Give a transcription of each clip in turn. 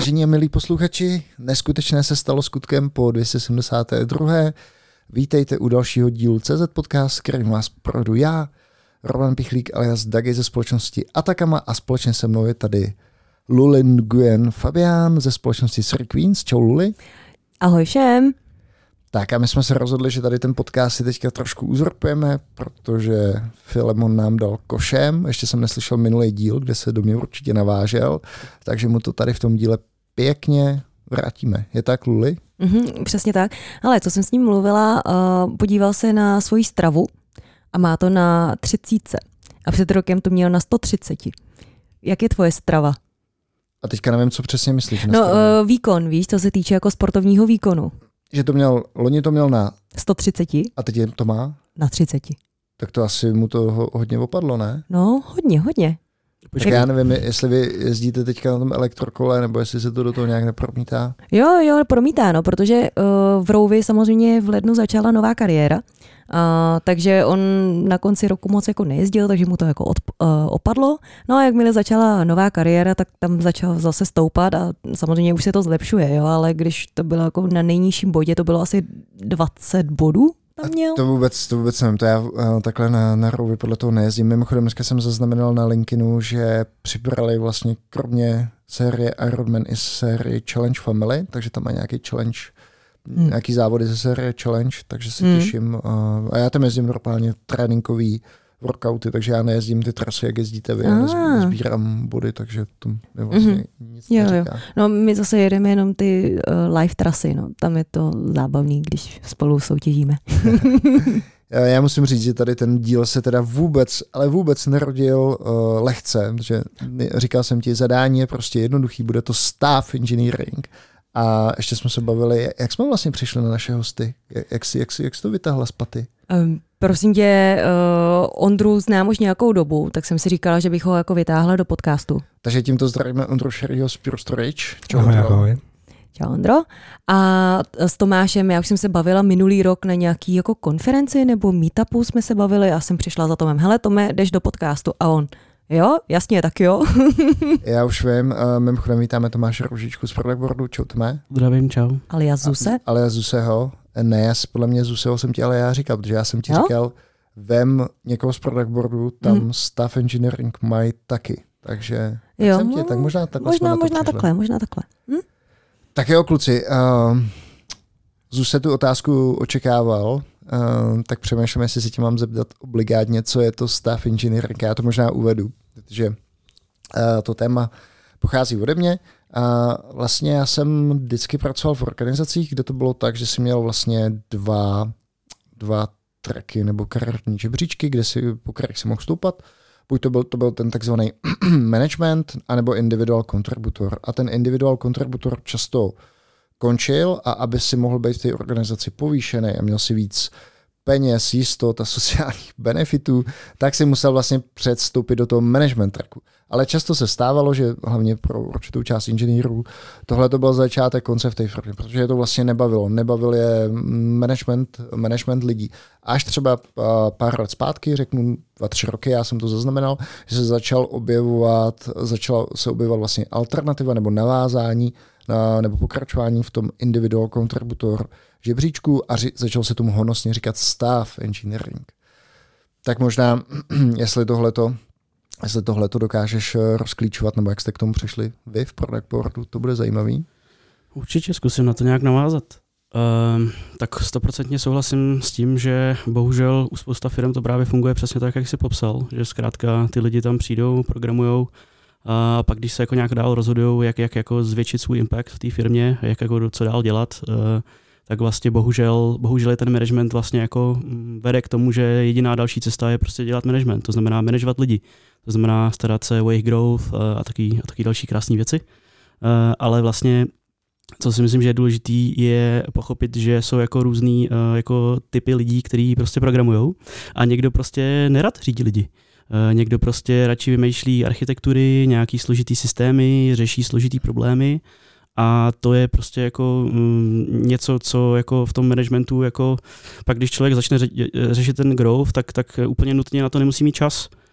Vážení a milí posluchači, neskutečné se stalo skutkem po 272. Vítejte u dalšího dílu CZ Podcast, kterým vás provedu já, Roman Pichlík alias Dagi ze společnosti Atakama a společně se mnou je tady Luli Nguyen Fabián ze společnosti Sir Queens. Čau Luli. Ahoj všem. Tak a my jsme se rozhodli, že tady ten podcast si teďka trošku uzurpujeme, protože Filemon nám dal košem, ještě jsem neslyšel minulý díl, kde se do mě určitě navážel, takže mu to tady v tom díle pěkně vrátíme. Je tak, Luli? Přesně tak. Ale co jsem s ním mluvila, podíval se na svoji stravu a má to na 30. A před rokem to měl na 130. Jak je tvoje strava? A teďka nevím, co přesně myslíš. Výkon, víš, co se týče jako sportovního výkonu. Že loni to měl na 130. A teď to má? Na 30. Tak to asi mu to hodně opadlo, ne? No, hodně. Počkej, já nevím, jestli vy jezdíte teďka na tom elektrokole, nebo jestli se to do toho nějak nepromítá? Jo, promítá, no, protože v Rouvi samozřejmě v lednu začala nová kariéra, takže on na konci roku moc jako nejezdil, takže mu to jako opadlo. No a jakmile začala nová kariéra, tak tam začal zase stoupat a samozřejmě už se to zlepšuje, jo, ale když to bylo jako na nejnižším bodě, to bylo asi 20 bodů. To vůbec nevím, to já takhle na Rouvi podle toho nejezdím. Mimochodem dneska jsem zaznamenal na LinkedInu, že přibrali vlastně kromě série Ironman i série Challenge Family, takže tam má nějaký challenge, nějaký závody ze série Challenge, takže se těším. A já tam jezdím normálně tréninkový workouty, takže já nejezdím ty trasy, jak jezdíte vy, já nezbírám body, takže to mi vlastně nic neříká. Jo. No my zase jedeme jenom ty live trasy, no. Tam je to zábavný, když spolu soutěžíme. Já musím říct, že tady ten díl se teda vůbec nerodil lehce, protože říkal jsem ti, zadání je prostě jednoduchý, bude to staff engineering. A ještě jsme se bavili, jak jsme vlastně přišli na naše hosty, jak jsi to vytáhla z paty? Prosím tě, Ondru znám už nějakou dobu, tak jsem si říkala, že bych ho jako vytáhla do podcastu. Takže tímto zdravíme Ondru Šeryho z Pure Storage. Ahoj. Čau Ondro. A s Tomášem, já už jsem se bavila minulý rok na nějaký jako konferenci nebo meetupu jsme se bavili a jsem přišla za Tomem. Hele Tome, jdeš do podcastu a on... Jo, jasně, tak jo. Já už vím, mimochodem vítáme Tomáše Růžičku z Productboardu. Čau Tome. Zdravím, čau. Alias Zuse. Alias Zuseho. Ne, podle mě Zuseho jsem ti ale já říkal, protože já jsem ti říkal, vem někoho z Productboardu, tam staff engineering mají taky. Takže tak možná takhle. Možná takhle. Tak jo, kluci, Zuse tu otázku očekával, tak přemýšlím, jestli si tě mám zeptat obligátně, co je to staff engineering. Já to možná uvedu, protože to téma pochází ode mě. Vlastně já jsem vždycky pracoval v organizacích, kde to bylo tak, že si měl vlastně dva tracky nebo kariérní žebříčky, kde si po kterých si mohl stoupat. Buď to byl ten takzvaný management, anebo individual contributor. A ten individual contributor často končil a aby si mohl být v té organizaci povýšený a měl si víc peněz, jistot a sociálních benefitů, tak si musel vlastně předstoupit do toho management tracku. Ale často se stávalo, že hlavně pro určitou část inženýrů, tohle to byl začátek konce v té firmě, protože je to vlastně nebavilo. Nebavil je management lidí. Až třeba pár let zpátky, řeknu 2-3 roky, já jsem to zaznamenal, že se začala se objevovat vlastně alternativa nebo navázání nebo pokračování v tom individual contributor žebříčku a začal se tomu honosně říkat staff engineering. Tak možná, jestli tohleto dokážeš rozklíčovat, nebo jak jste k tomu přišli vy v Productboardu, to bude zajímavý. Určitě zkusím na to nějak navázat. Tak 100% souhlasím s tím, že bohužel u spousta firm to právě funguje přesně tak, jak jsi popsal, že zkrátka ty lidi tam přijdou, programujou a pak když se jako nějak dál rozhodují, jak jako zvětšit svůj impact v té firmě, jak jako co dál dělat, tak vlastně bohužel je ten management vlastně jako vede k tomu, že jediná další cesta je prostě dělat management, to znamená manažovat lidi, to znamená starat se o jejich growth a taky další krásné věci, ale vlastně co si myslím, že je důležitý, je pochopit, že jsou jako různý jako typy lidí, kteří prostě programujou a někdo prostě nerad řídí lidi. Někdo prostě radši vymýšlí architektury, nějaký složitý systémy, řeší složitý problémy a to je prostě jako něco, co jako v tom managementu, jako pak když člověk začne řešit ten growth, tak úplně nutně na to nemusí mít čas.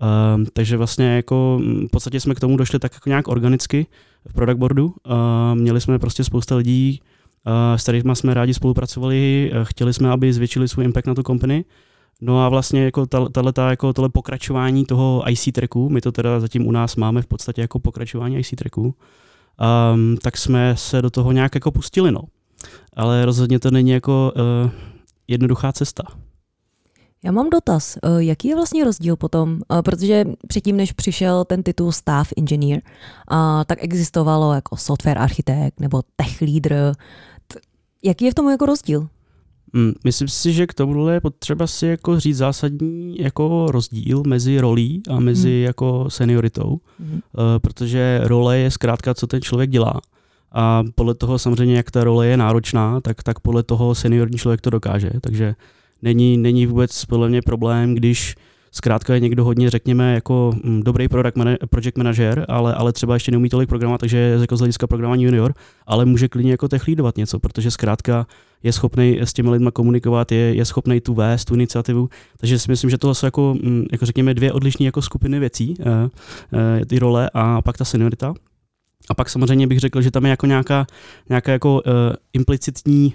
Takže vlastně jako v podstatě jsme k tomu došli tak jako nějak organicky v product boardu. Měli jsme prostě spousta lidí, s kterými jsme rádi spolupracovali, chtěli jsme, aby zvětšili svůj impact na tu company. No a vlastně jako tohle pokračování toho IC tracku, my to teda zatím u nás máme v podstatě jako pokračování IC tracku, tak jsme se do toho nějak jako pustili, no. Ale rozhodně to není jako jednoduchá cesta. Já mám dotaz, jaký je vlastně rozdíl potom, protože předtím, než přišel ten titul staff engineer, tak existovalo jako software architekt nebo tech leader. Jaký je v tom jako rozdíl? Myslím si, že k tomuhle je potřeba si jako říct zásadní jako rozdíl mezi rolí a mezi jako senioritou, protože role je zkrátka, co ten člověk dělá. A podle toho samozřejmě, jak ta role je náročná, tak podle toho seniorní člověk to dokáže. Takže není vůbec podle mě problém, když zkrátka je někdo hodně, řekněme, jako dobrý project manager, ale třeba ještě neumí tolik programovat, takže je jako z hlediska programování junior, ale může klidně jako tech leadovat něco, protože zkrátka je schopný s těmi lidmi komunikovat, je schopný tu vést, tu iniciativu. Takže si myslím, že tohle jsou jako řekněme dvě odlišné jako skupiny věcí, ty role a pak ta seniorita. A pak samozřejmě bych řekl, že tam je jako nějaká jako implicitní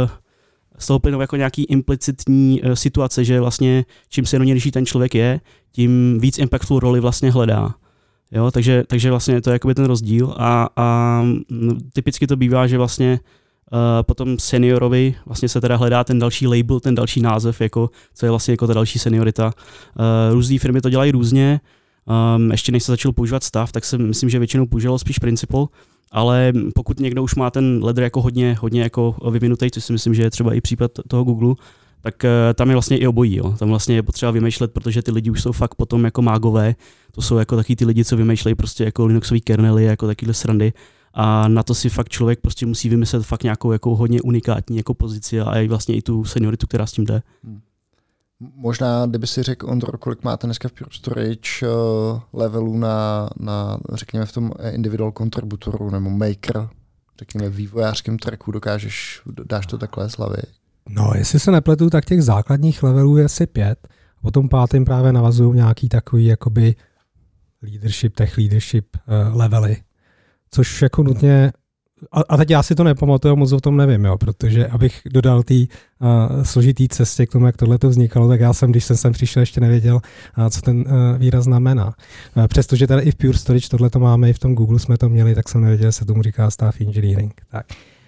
z toho plynou jako nějaký implicitní situace, že vlastně čím seniornější ten člověk je, tím víc impactful roli vlastně hledá. Jo, takže vlastně to je jakoby ten rozdíl a typicky to bývá, že vlastně potom seniorovi vlastně se teda hledá ten další label, ten další název, jako, co je vlastně jako ta další seniorita. Různé firmy to dělají různě. Ještě než se začal používat staff, tak se myslím, že většinou používalo spíš principal, ale pokud někdo už má ten ladder jako hodně jako vyvinutý, což si myslím, že je třeba i případ toho Google, tak tam je vlastně i obojí. Jo. Tam vlastně je potřeba vymýšlet, protože ty lidi už jsou fakt potom jako mágové. To jsou jako taky ty lidi, co vymýšlejí prostě jako Linuxový kernely, jako takovýhle srandy. A na to si fakt člověk prostě musí vymyslet fakt nějakou jako hodně unikátní jako pozici a i vlastně i tu senioritu, která s tím jde. Možná, kdyby si řekl, Ondro, kolik máte dneska v Pure Storage levelů na řekněme v tom individual contributoru nebo maker, řekněme vývojářském tracku, dáš to takhle z hlavy? No, jestli se nepletu, tak těch základních levelů je asi 5. Potom 5. právě navazují nějaký takový jakoby leadership, tech leadership levely, což jako nutně. A teď já si to nepamatuju, moc o tom nevím, jo, protože abych dodal té složitý cestě k tomu, jak tohle to vznikalo, tak já jsem, když jsem sem přišel, ještě nevěděl, co ten výraz znamená. Přestože teda i v Pure Storage tohle to máme, i v tom Google jsme to měli, tak jsem nevěděl, že se tomu říká staff engineering. Tak.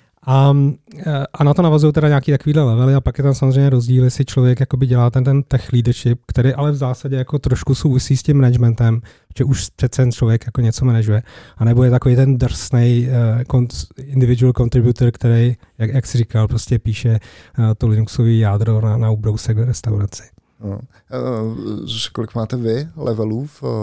A na to navazují teda nějaký takovýhle levely a pak je tam samozřejmě rozdíl, jestli člověk jakoby dělá ten tech leadership, který ale v zásadě jako trošku souvisí s tím managementem, že už přece člověk jako něco manažuje, anebo je takový ten drsnej individual contributor, který, jak jsi říkal, prostě píše to Linuxový jádro na ubrousek v restauraci. No. Kolik máte vy levelů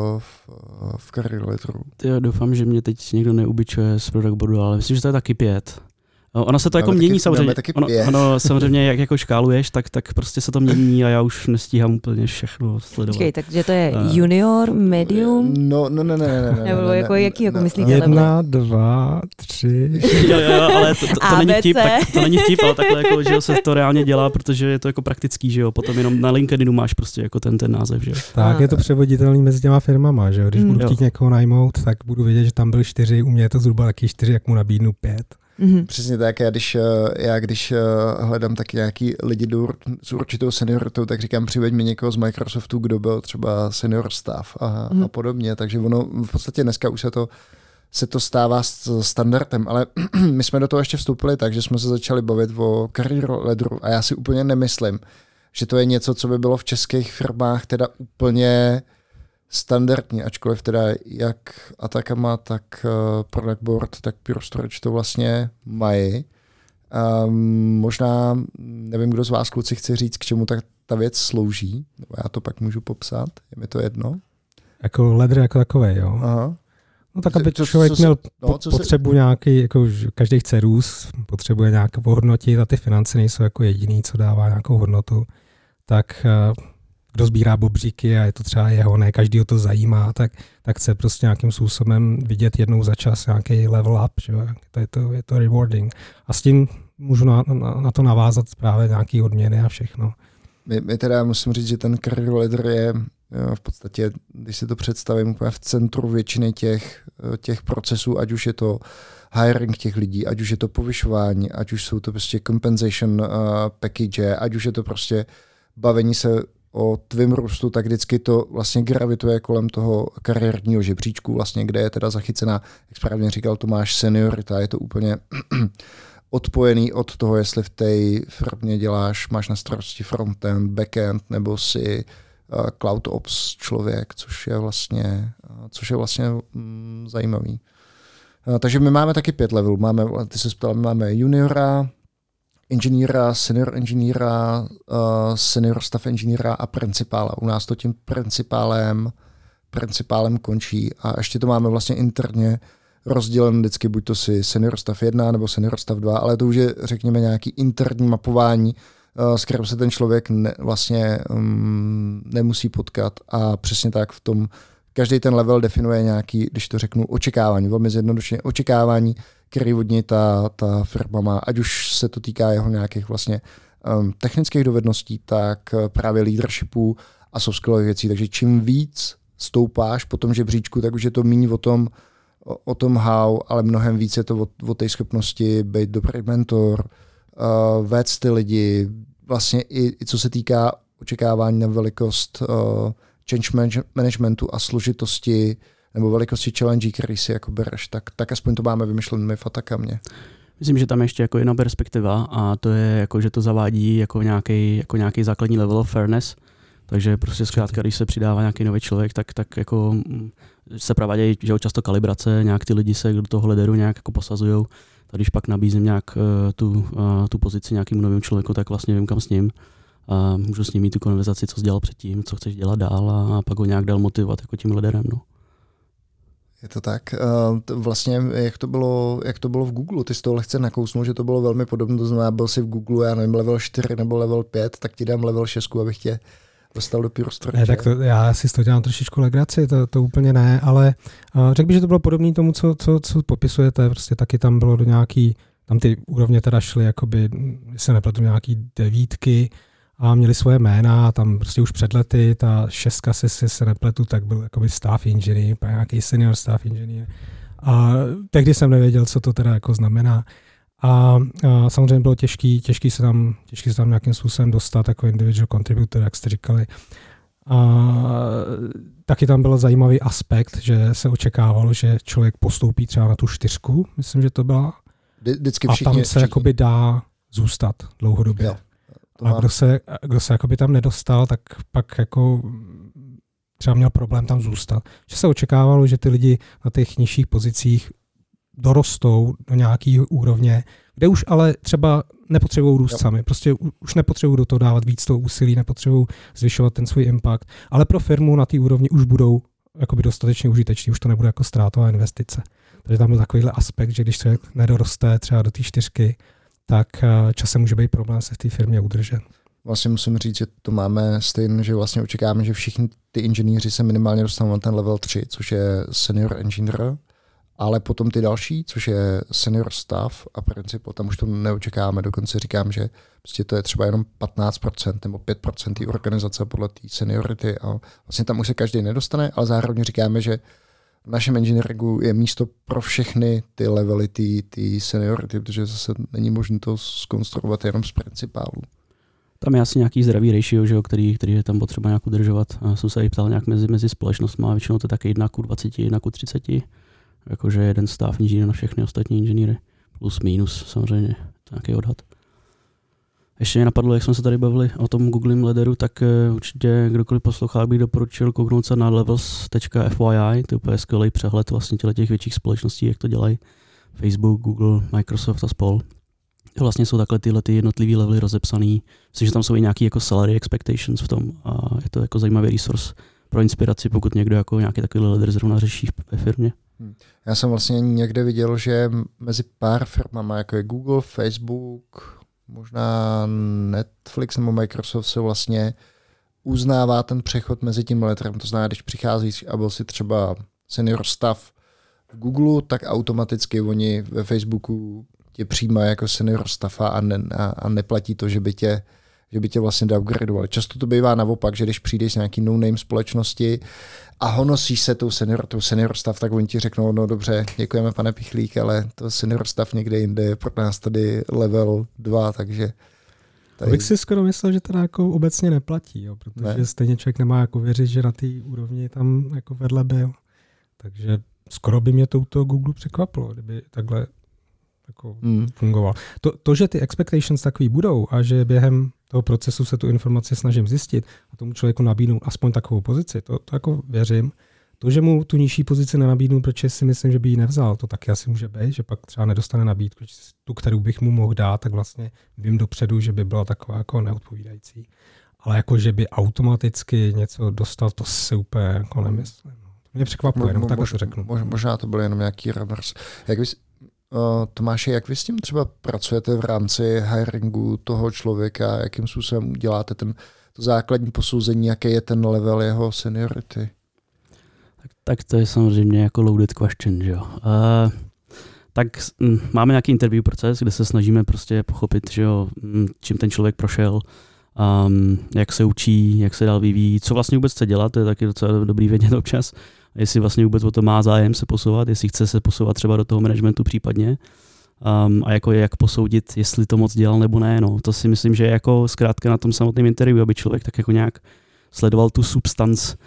v career letteru? Já doufám, že mě teď někdo neubičuje z product boardu, ale myslím, že to je taky 5. Ono se to jako mění samozřejmě. Ono samozřejmě, jak jako škáluješ, tak prostě se to mění a já už nestíhám úplně všechno sledovat. Počkej, takže to je junior, medium? No, ne. Nebo jako jaký jako myslíte? 1, 2, 3. Jo, ale to není vtip, tak to není vtip, ale takhle jako, že se to reálně dělá, protože je to jako praktický, že jo. Potom jenom na LinkedInu máš prostě jako ten název, že jo. Tak je to převoditelný mezi těma firmama, že jo. Když budu chtít někoho najmout, tak budu vědět, že tam byl 4, u mě je to zhruba taky 4, jak mu nabídnu 5. Mm-hmm. Přesně tak, když hledám taky nějaký lidi s určitou senioritou, tak říkám, přiveď mi někoho z Microsoftu, kdo byl třeba senior staff a podobně, takže ono v podstatě dneska už se to stává standardem, ale my jsme do toho ještě vstoupili tak, že jsme se začali bavit o career ladderu a já si úplně nemyslím, že to je něco, co by bylo v českých firmách teda úplně standardní, ačkoliv teda jak Atacama, tak Product Board, tak Pure Storage to vlastně mají. Možná, nevím, kdo z vás kluci chce říct, k čemu ta věc slouží, nebo já to pak můžu popsat, je mi to jedno. Jako ladder jako takovej, jo. Aha. No tak, aby člověk měl potřebu nějaký, jako každý chce růst, potřebuje nějak ohodnotit a ty finance nejsou jako jediný, co dává nějakou hodnotu, tak kdo sbírá bobříky a je to třeba jeho, ne každýho to zajímá, tak chce prostě nějakým způsobem vidět jednou za čas nějaký level up, že? Je to rewarding. A s tím můžu na to navázat právě nějaký odměny a všechno. My teda musím říct, že ten career ladder je v podstatě, když si to představím, úplně v centru většiny těch procesů, ať už je to hiring těch lidí, ať už je to povyšování, ať už jsou to prostě compensation package, ať už je to prostě bavení se o tvým růstu, tak vždycky to vlastně gravituje kolem toho kariérního žebříčku, vlastně, kde je teda zachycená, jak správně říkal Tomáš, seniorita. Je to úplně odpojený od toho, jestli v té firmě máš na starosti frontend, backend, nebo si cloud ops člověk, což je vlastně zajímavý. Takže my máme taky 5 levelů. Ty se ptal, máme juniora, inženýra, senior inženýra, senior staff inženýra a principála. U nás to tím principálem končí a ještě to máme vlastně interně rozdělen vždycky, buď to si senior staff 1 nebo senior staff 2, ale to už je, řekněme, nějaký interní mapování, s kterým se ten člověk nemusí potkat a přesně tak v tom každý ten level definuje nějaký, když to řeknu, očekávání, velmi zjednodušeně očekávání, který od něj ta firma má, ať už se to týká jeho nějakých vlastně technických dovedností, tak právě leadershipu a soft skillových věcí. Takže čím víc stoupáš po tom žebříčku, tak už je to méně o tom how, ale mnohem víc je to o té schopnosti být dobrý mentor, vést ty lidi, vlastně i co se týká očekávání na velikost change managementu a složitosti nebo velikosti challenge, který si jako bereš, tak aspoň to máme vymyšlené v Atakamě. Myslím, že tam ještě jako jiná perspektiva a to je jako, že to zavádí jako nějaký základní level of fairness, takže prostě zkrátka, když se přidává nějaký nový člověk, tak jako se provádějí, že často kalibrace, nějak ty lidi se do toho ladderu nějak jako posazujou, tak když pak nabízím nějak tu pozici nějakému novému člověku, tak vlastně vím kam s ním. A můžu s ním mít tu konverzaci, co jsi dělal předtím, co chceš dělat dál a pak ho nějak dál motivovat jako tím ladderem. No. Je to tak. Vlastně, jak to bylo v Google, ty jsi to lehce nakousnul, že to bylo velmi podobné, to znamená, byl jsi v Google, já nevím, level 4 nebo level 5, tak ti dám level 6, abych tě dostal do pyrostru. Ne, tak to, já si z toho dělám trošičku legraci, to úplně ne, ale řekl bych, že to bylo podobné tomu, co popisujete, prostě taky tam bylo do nějaký, tam ty úrovně teda šly, jakoby, když se nepletu, nějaký 9 a měli svoje jména, tam prostě už před lety, ta 6, se nepletu, tak byl jakoby staff engineer, nějaký senior staff engineer. A tehdy jsem nevěděl, co to teda jako znamená. A samozřejmě bylo těžký se tam nějakým způsobem dostat jako individual contributor, jak jste říkali. A taky tam byl zajímavý aspekt, že se očekávalo, že člověk postoupí třeba na tu 4, myslím, že to byla. Vždycky a tam se jakoby dá zůstat dlouhodobě. Jo. A kdo se jakoby tam nedostal, tak pak jako třeba měl problém tam zůstat. Že se očekávalo, že ty lidi na těch nižších pozicích dorostou do nějaký úrovně, kde už ale třeba nepotřebují růst sami. Prostě už nepotřebují do toho dávat víc toho úsilí, nepotřebují zvyšovat ten svůj impact, ale pro firmu na té úrovni už budou jakoby dostatečně užiteční, už to nebude jako ztrátová investice. Takže tam byl takovýhle aspekt, že když člověk nedoroste třeba do té 4, tak časem může být problém se v té firmě udržet. Vlastně musím říct, že to máme stejně, že vlastně očekáváme, že všichni ty inženýři se minimálně dostanou na ten level 3, což je senior engineer, ale potom ty další, což je senior staff a principal, tam už to neočekáváme, dokonce říkám, že prostě to je třeba jenom 15% nebo 5% té organizace podle té seniority a vlastně tam už se každý nedostane, ale zároveň říkáme, že v našem engineeringu je místo pro všechny ty levely, ty seniority, protože zase není možné to zkonstruovat jenom z principálů. Tam je asi nějaký zdravý ratio, že, který je tam potřeba nějak udržovat. Já jsem se i ptal nějak mezi společnostmi, většinou to je taky 1:20, 1:30, jakože jeden staff inženýr na všechny ostatní inženýry, plus minus samozřejmě, to je nějaký odhad. Ještě mě napadlo, jak jsme se tady bavili o tom Googlim ladderu, tak určitě kdokoliv poslouchá, bych doporučil kouknout se na levels.fyi, to je úplně skvělý přehled vlastně těch větších společností, jak to dělají. Facebook, Google, Microsoft a spol. Vlastně jsou takhle tyhle jednotlivý levely rozepsaný. Myslím, že tam jsou i nějaký jako salary expectations v tom a je to jako zajímavý resource pro inspiraci, pokud někdo jako nějaký takový ladder zrovna řeší ve firmě. Já jsem vlastně někde viděl, že mezi pár firmama, jako je Google, Facebook, možná Netflix nebo Microsoft, se vlastně uznává ten přechod mezi tím ladderem. To znamená, když přicházíš a byl si třeba senior staff v Google, tak automaticky oni ve Facebooku tě přijímají jako senior staffa a neplatí to, že by tě že by tě vlastně downgradeovali. Často to bývá naopak, že když přijdeš z nějaký no-name společnosti a honosíš se tou senior staff, tak oni ti řeknou, no dobře, děkujeme pane Pichlík, ale to senior staff někde jinde je pro nás tady level 2, takže... Tady... Bych si skoro myslel, že to jako obecně neplatí, jo, protože stejně člověk nemá jako věřit, že na té úrovni tam jako vedle byl. Takže skoro by mě touto Google překvapilo, kdyby takhle jako fungoval. To, že ty expectations takový budou a že během toho procesu se tu informaci snažím zjistit a tomu člověku nabídnout aspoň takovou pozici, to jako věřím. To, že mu tu nižší pozici nenabídnu, protože si myslím, že by ji nevzal, to taky asi může být, že pak třeba nedostane nabídku, tu, kterou bych mu mohl dát, tak vlastně vím dopředu, že by byla taková jako neodpovídající. Ale jako, že by automaticky něco dostal, to si úplně jako nemyslím. To mě překvapuje, jenom takhle to řeknu. Možná to byl jenom nějaký reverse. Tomáši, jak vy s tím třeba pracujete v rámci hiringu toho člověka, jakým způsobem děláte to základní posouzení, jaký je ten level jeho seniority? Tak to je samozřejmě jako loaded question, že jo. Tak máme nějaký interview proces, kde se snažíme prostě pochopit, že jo, čím ten člověk prošel, jak se učí, jak se dál vyvíjí, co vlastně vůbec chce dělat, to je taky docela dobrý vědět občas, jestli vlastně vůbec o to má zájem se posouvat, jestli chce se posouvat třeba do toho managementu případně, a jako jak posoudit, jestli to moc dělal nebo ne, no. To si myslím, že jako zkrátka na tom samotném interview, aby člověk tak jako nějak sledoval tu substanc,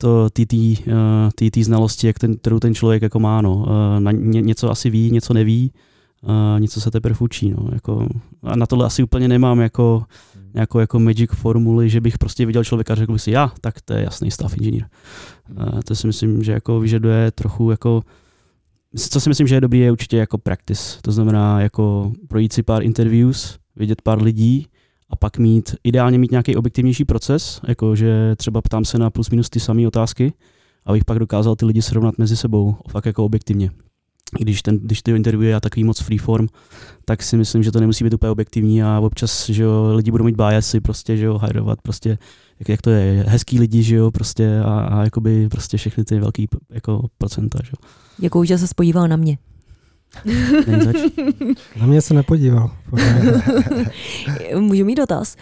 ty znalosti, kterou ten člověk jako má, no. Něco asi ví, něco neví, něco se teprve učí, no. Jako, a na tohle asi úplně nemám jako magic formuly, že bych prostě viděl člověka a řekl bych si, tak to je jasný staff inženýr. To si myslím, že jako vyžaduje trochu jako, co si myslím, že je dobrý, je určitě jako practice. To znamená jako projít si pár interviews, vidět pár lidí, a pak ideálně mít nějaký objektivnější proces, jakože třeba ptám se na plus minus ty samé otázky, abych pak dokázal ty lidi srovnat mezi sebou, fakt jako objektivně. Když ty interview je takový moc freeform, tak si myslím, že to nemusí být úplně objektivní a občas, že jo, lidi budou mít biasy, prostě, že jo, hirovat, prostě, jak to je, hezký lidi, že jo, prostě a jakoby prostě všechny ty velký jako procenta, že jo. Děkuju, že se podíval na mě. Na mě se nepodíval. Můžu mít dotaz.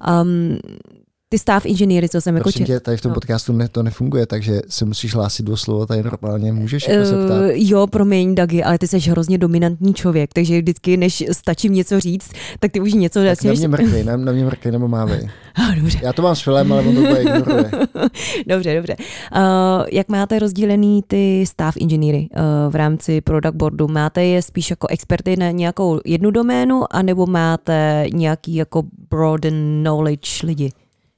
Ty staff inženýry, co jsem jako tě, tady v tom podcastu to nefunguje, takže se musíš hlásit do slova, tady normálně můžeš jako se ptát. Jo, promiň, Dagi, ale ty jsi hrozně dominantní člověk, takže vždycky, než stačím něco říct, tak ty už něco tak na mě mrkej nebo mávej. Dobře. Já to mám s filem, ale on to bude ignoruje. Dobře. Jak máte rozdílený ty staff inženýry v rámci product boardu? Máte je spíš jako experty na nějakou jednu doménu, anebo máte nějaký jako broad knowledge lidi?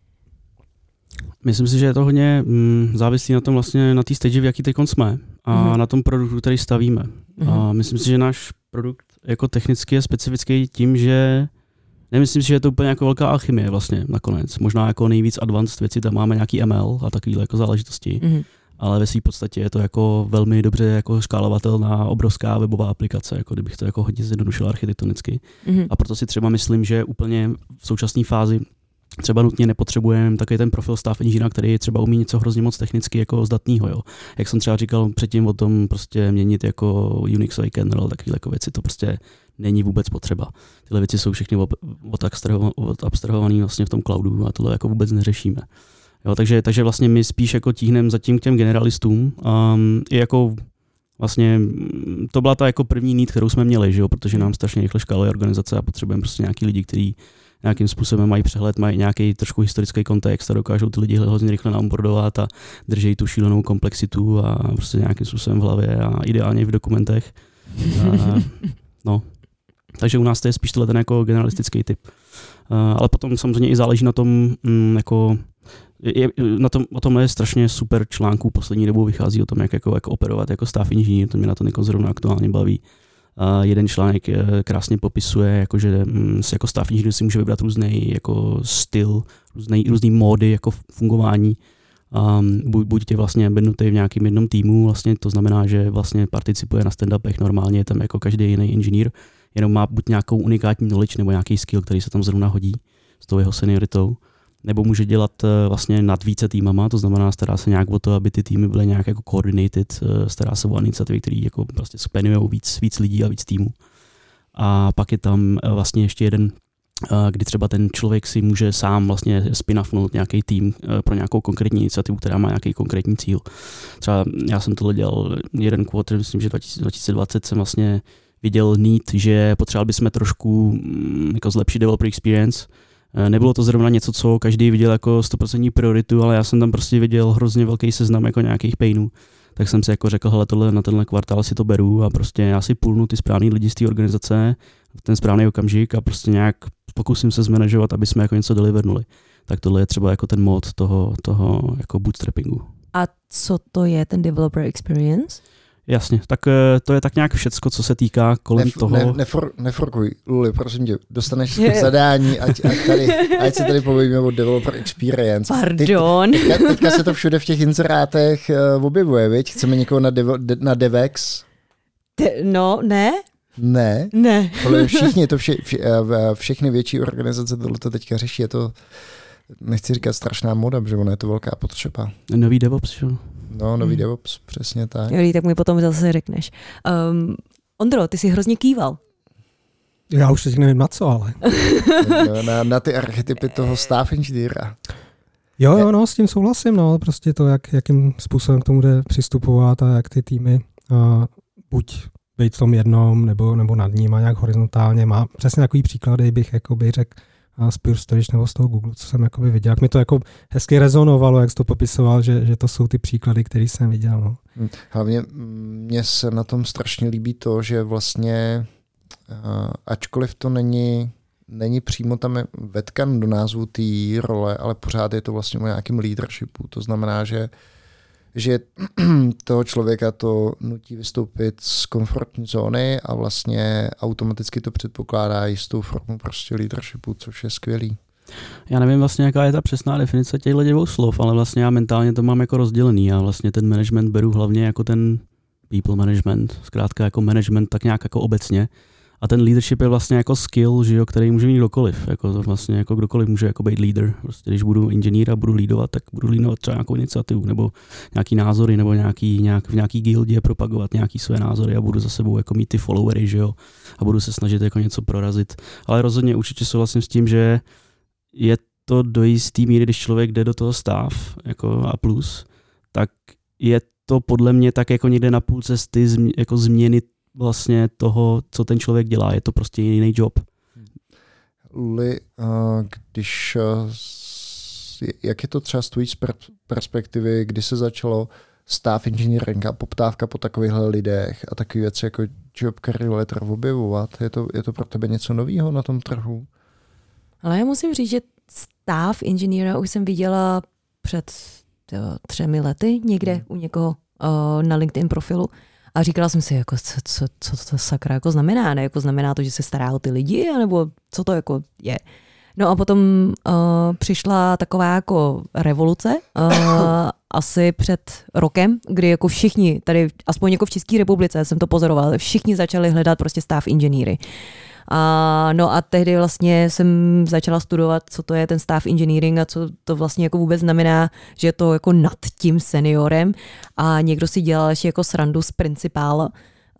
Myslím si, že je to hodně závislý na tom vlastně, na té stage, v jaký teď jsme a na tom produktu, který stavíme. A myslím si, že náš produkt jako technicky je specifický tím, že nemyslím si, že je to úplně jako velká alchymie vlastně nakonec. Možná jako nejvíc advanced věci, tam máme nějaký ML a takovýhle jako záležitosti. Ale ve své podstatě je to jako velmi dobře jako škálovatelná obrovská webová aplikace, jako kdybych to jako hodně zjednodušil architektonicky. A proto si třeba myslím, že úplně v současné fázi třeba nutně nepotřebujeme takový ten profil staff inženýra, který třeba umí něco hrozně moc technicky jako zdatného, jo. Jak jsem třeba říkal předtím o tom prostě měnit jako Unixový kernel, takovýhle jako věci, to prostě není vůbec potřeba. Tyhle věci jsou všechny odabstrahované vlastně v tom cloudu a tohle jako vůbec neřešíme. Jo, takže vlastně my spíš jako tíhneme zatím k těm generalistům. I jako vlastně to byla ta jako první need, kterou jsme měli, že jo, protože nám strašně rychle škáluje organizace a potřebujeme prostě nějaký lidi, kteří nějakým způsobem mají přehled, mají nějaký trošku historický kontext a dokážou ty lidi hrozně rychle naonboardovat a drží tu šílenou komplexitu a prostě nějakým způsobem v hlavě a ideálně v dokumentech. No. Takže u nás to je spíš ten jako generalistický typ. Ale potom samozřejmě i záleží na tom, jako o tomhle je strašně super článků poslední dobou vychází o tom, jak operovat jako staff inženýr, to mě na to jako zrovna aktuálně baví. Jeden článek krásně popisuje, jako, že si jako staff inženýr si může vybrat různý jako styl, různý módy jako fungování. Buď tě vlastně bednutý v nějakém jednom týmu, vlastně, to znamená, že vlastně participuje na stand-upech, normálně je tam jako každý jiný inženýr, jenom má buď nějakou unikátní knowledge nebo nějaký skill, který se tam zrovna hodí s tou jeho senioritou, nebo může dělat vlastně nad více týmama, to znamená stará se nějak o to, aby ty týmy byly nějak jako coordinated, stará se o iniciativy, které jako prostě spanujou víc lidí a víc týmů. A pak je tam vlastně ještě jeden kdy třeba ten člověk si může sám vlastně spinafnout nějaký tým pro nějakou konkrétní iniciativu, která má nějaký konkrétní cíl. Třeba já jsem tohle dělal jeden quarter, myslím, že 2020 jsem vlastně viděl need, že potřebovali bychom trošku jako zlepšit developer experience. Nebylo to zrovna něco, co každý viděl jako 100% prioritu, ale já jsem tam prostě viděl hrozně velký seznam jako nějakých painů. Tak jsem si jako řekl, hele, tohle, na tenhle kvartál si to beru a prostě já si půlnu ty správný lidi z té organizace v ten správný okamžik a prostě nějak pokusím se zmanažovat, aby jsme jako něco delivernuli. Tak tohle je třeba jako ten mod toho jako bootstrappingu. A co to je ten developer experience? Jasně, tak to je tak nějak všecko, co se týká kolem toho. Neforkuj, Luli, prosím tě, dostaneš zadání, ať se tady povíme o developer experience. Pardon. Teďka se to všude v těch inzerátech objevuje, viď? Chceme někoho na DevEx? No, ne. Ne? Ne. Ale všichni, všechny větší organizace tohle teďka řeší, je to, nechci říkat strašná moda, protože ono je to velká potřeba. Nový DevOps, jo? No, nový DevOps, přesně tak. Jo, tak mi potom zase řekneš. Ondro, ty jsi hrozně kýval. Já už teď nevím na co, ale. na ty archetypy toho staff engineera. Jo, no, s tím souhlasím, no, prostě to, jakým způsobem k tomu jde přistupovat a jak ty týmy buď být v tom jednom, nebo nad ním a nějak horizontálně. Má přesně takový příklady, bych řekl, z Pure Storage nebo z toho Google, co jsem jakoby viděl. Jak mi to jako hezky rezonovalo, jak jsi to popisoval, že to jsou ty příklady, které jsem viděl. No. Hlavně mně se na tom strašně líbí to, že vlastně ačkoliv to není přímo tam vetkan do názvu té role, ale pořád je to vlastně o nějakém leadershipu. To znamená, že toho člověka to nutí vystoupit z komfortní zóny a vlastně automaticky to předpokládá jistou formu prostě leadershipu, což je skvělý. Já nevím vlastně, jaká je ta přesná definice těchto dvou slov, ale vlastně já mentálně to mám jako rozdělený. Já vlastně ten management beru hlavně jako ten people management, zkrátka jako management tak nějak jako obecně. A ten leadership je vlastně jako skill, že jo, který může mít kdokoliv. Jako to vlastně jako kdokoliv může jako být leader. Prostě když budu inženýr a budu leadovat, tak budu leadovat třeba nějakou iniciativu nebo nějaký názory nebo v nějaký guildě propagovat nějaký své názory a budu za sebou jako mít ty followery, že jo, a budu se snažit jako něco prorazit. Ale rozhodně určitě souhlasím s tím, že je to do jistý míry, když člověk jde do toho stav jako a plus, tak je to podle mě tak jako někde na půl cesty jako změny vlastně toho, co ten člověk dělá. Je to prostě jiný job. Luli, jak je to třeba z tvojí perspektivy, kdy se začalo staff engineering a poptávka po takovýchhle lidech a takové věci jako job career letter objevovat? Je to pro tebe něco nového na tom trhu? Ale já musím říct, že staff engineera už jsem viděla před 3 lety někde u někoho na LinkedIn profilu. A říkala jsem si, jako, co to sakra jako znamená, ne? Jako znamená to, že se stará o ty lidi, nebo co to jako je? No a potom přišla taková jako revoluce, asi před rokem, kdy jako všichni, tady aspoň jako v České republice jsem to pozorovala, všichni začali hledat prostě staff engineery. No a tehdy vlastně jsem začala studovat, co to je ten staff engineering a co to vlastně jako vůbec znamená, že je to jako nad tím seniorem a někdo si dělal ještě jako srandu z principála.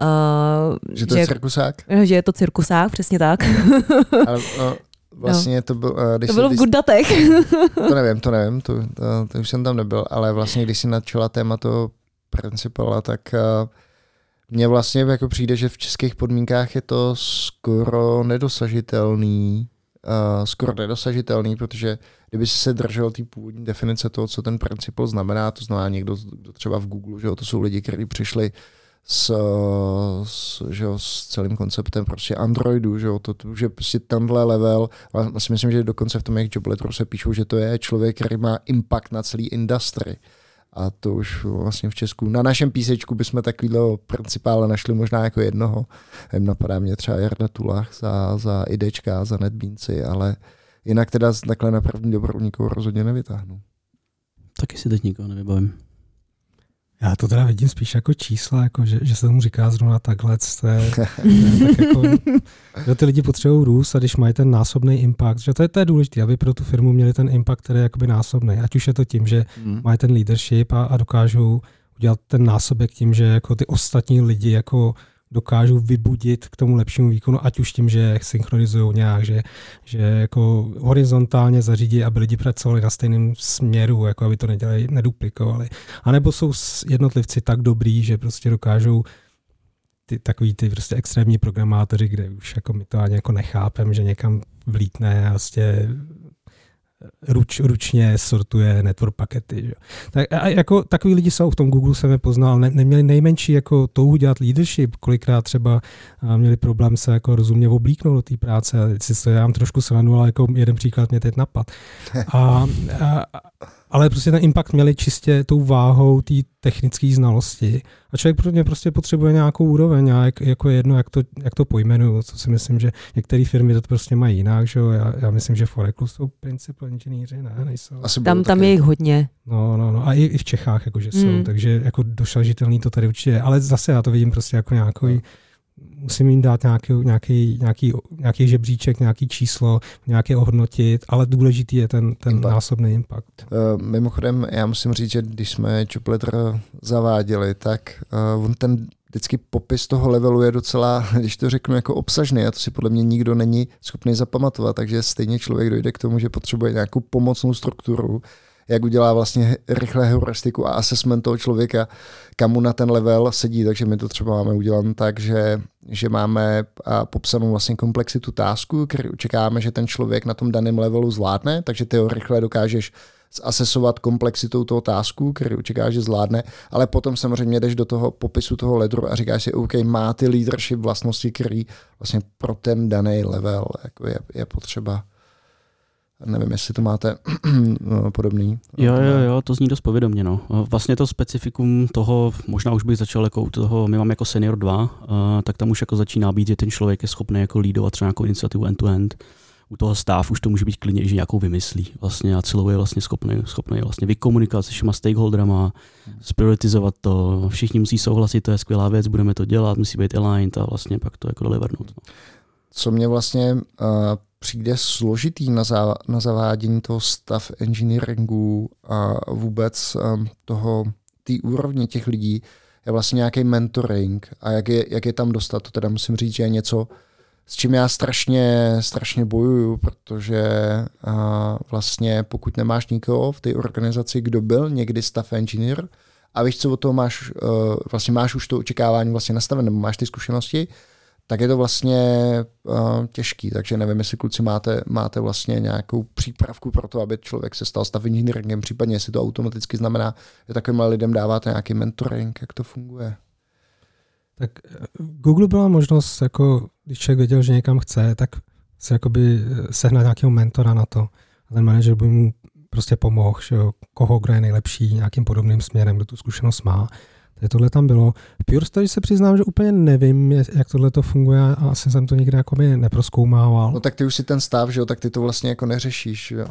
Že to je cirkusák? Že je to cirkusák, přesně tak. Ale vlastně to bylo... To bylo v Good Datech. To nevím, to už jsem tam nebyl, ale vlastně když si načala téma toho principála, tak... Mně vlastně jako přijde, že v českých podmínkách je to skoro nedosažitelný, protože kdyby si se držel té původní definice toho, co ten principal znamená, to znamená někdo třeba v Google, že to jsou lidi, kteří přišli s celým konceptem prostě Androidu, že že prostě tenhle level, a si myslím, že dokonce v tom jejich job letteru se píšou, že to je člověk, který má impact na celý industry. A to už vlastně v Česku. Na našem písečku bychom takovýhle principála našli možná jako jednoho. Napadá mě třeba Jarda Tulach za IDčka, za NetBeansy, ale jinak teda takhle na první dobrou nikoho rozhodně nevytáhnu. Taky si teď nikoho nevybavím. Já to teda vidím spíš jako čísla, jako že se tomu říká zrovna takhle. Tak jako, že ty lidi potřebují růst a když mají ten násobný impact, že to je důležité, aby pro tu firmu měli ten impact, který je jakoby násobný. Ať už je to tím, že mají ten leadership a dokážou udělat ten násobek tím, že jako ty ostatní lidi jako dokážou vybudit k tomu lepšímu výkonu, ať už tím, že synchronizují nějak, že jako horizontálně zařídí, aby lidi pracovali na stejném směru, jako aby to neduplikovali. A nebo jsou jednotlivci tak dobrý, že prostě dokážou takový ty prostě extrémní programátoři, kde už jako my to ani jako nechápem, že někam vlítne a vlastně ručně sortuje network pakety. Že? Tak, a jako takový lidi jsou, v tom Google jsem je poznal, neměli nejmenší jako touhu dělat leadership, kolikrát třeba měli problém se jako rozumně oblíknout do té práce. A si to já mám trošku sranu, ale jako jeden příklad mě teď napad. Ale prostě ten impact měli čistě tou váhou té technické znalosti. A člověk pro mě prostě potřebuje nějakou úroveň, a jako jedno, jak to pojmenuju, co si myslím, že některé firmy to prostě mají jinak, že jo? Já myslím, že v Oraclu jsou principal inženýři, ne, nejsou. Tam je jich hodně. No. A i v Čechách, jakože jsou, takže jako dosažitelný to tady určitě je. Ale zase já to vidím prostě jako nějaký, musím jim dát nějaký žebříček, nějaký číslo, nějaké ohodnotit, ale důležitý je ten násobný impact. Mimochodem, já musím říct, že když jsme Chopletter zaváděli, tak on ten vždycky popis toho levelu je docela, když to řeknu, jako obsažný, a to si podle mě nikdo není schopný zapamatovat, takže stejně člověk dojde k tomu, že potřebuje nějakou pomocnou strukturu, jak udělá vlastně rychle heuristiku a assessment toho člověka, kam mu na ten level sedí, takže my to třeba máme udělané tak, že máme popsanou vlastně komplexitu tasku, který očekáváme, že ten člověk na tom daném levelu zvládne, takže ty ho rychle dokážeš zasesovat komplexitou toho tasku, který očekáváš, že zvládne, ale potom samozřejmě jdeš do toho popisu toho ledru a říkáš si, OK, má ty leadership vlastnosti, který vlastně pro ten daný level jako je potřeba. Nevím, jestli to máte podobný. Jo, to zní dost povědomě. No. Vlastně to specifikum toho, možná už bych začal jako u toho, my máme jako senior 2, tak tam už jako začíná být, že ten člověk je schopný jako leadovat třeba nějakou iniciativu end-to-end. U toho staff už to může být klidně, že nějakou vymyslí. Vlastně a celou je vlastně schopný vlastně vykomunikovat se všema stakeholderama, spiritizovat to, všichni musí souhlasit, to je skvělá věc, budeme to dělat, musí být aligned a vlastně pak to jako delivernout. No. Co mě vlastně přijde složitý na zavádění toho staff engineeringu a vůbec té úrovně těch lidí je vlastně nějaký mentoring a jak je tam dostat. To teda musím říct, že je něco, s čím já strašně bojuju, protože vlastně pokud nemáš nikoho v té organizaci, kdo byl někdy staff engineer a víš, co od toho máš, vlastně máš už to očekávání vlastně nastavené, nebo máš ty zkušenosti, tak je to vlastně těžký, takže nevím, jestli kluci máte vlastně nějakou přípravku pro to, aby člověk se stal staff engineeringem, případně jestli to automaticky znamená, že takovým lidem dáváte nějaký mentoring, jak to funguje. Tak Google byla možnost, jako, když člověk věděl, že někam chce, tak se jakoby sehnat nějakého mentora na to. A ten manažer by mu prostě pomohl, že jo, kdo je nejlepší nějakým podobným směrem, kdo tu zkušenost má. Tohle tam bylo. V Pure Story se přiznám, že úplně nevím, jak tohle to funguje a asi jsem to nikdy jakoby neprozkoumával. No tak ty už si ten stav, že jo, tak ty to vlastně jako neřešíš, jo.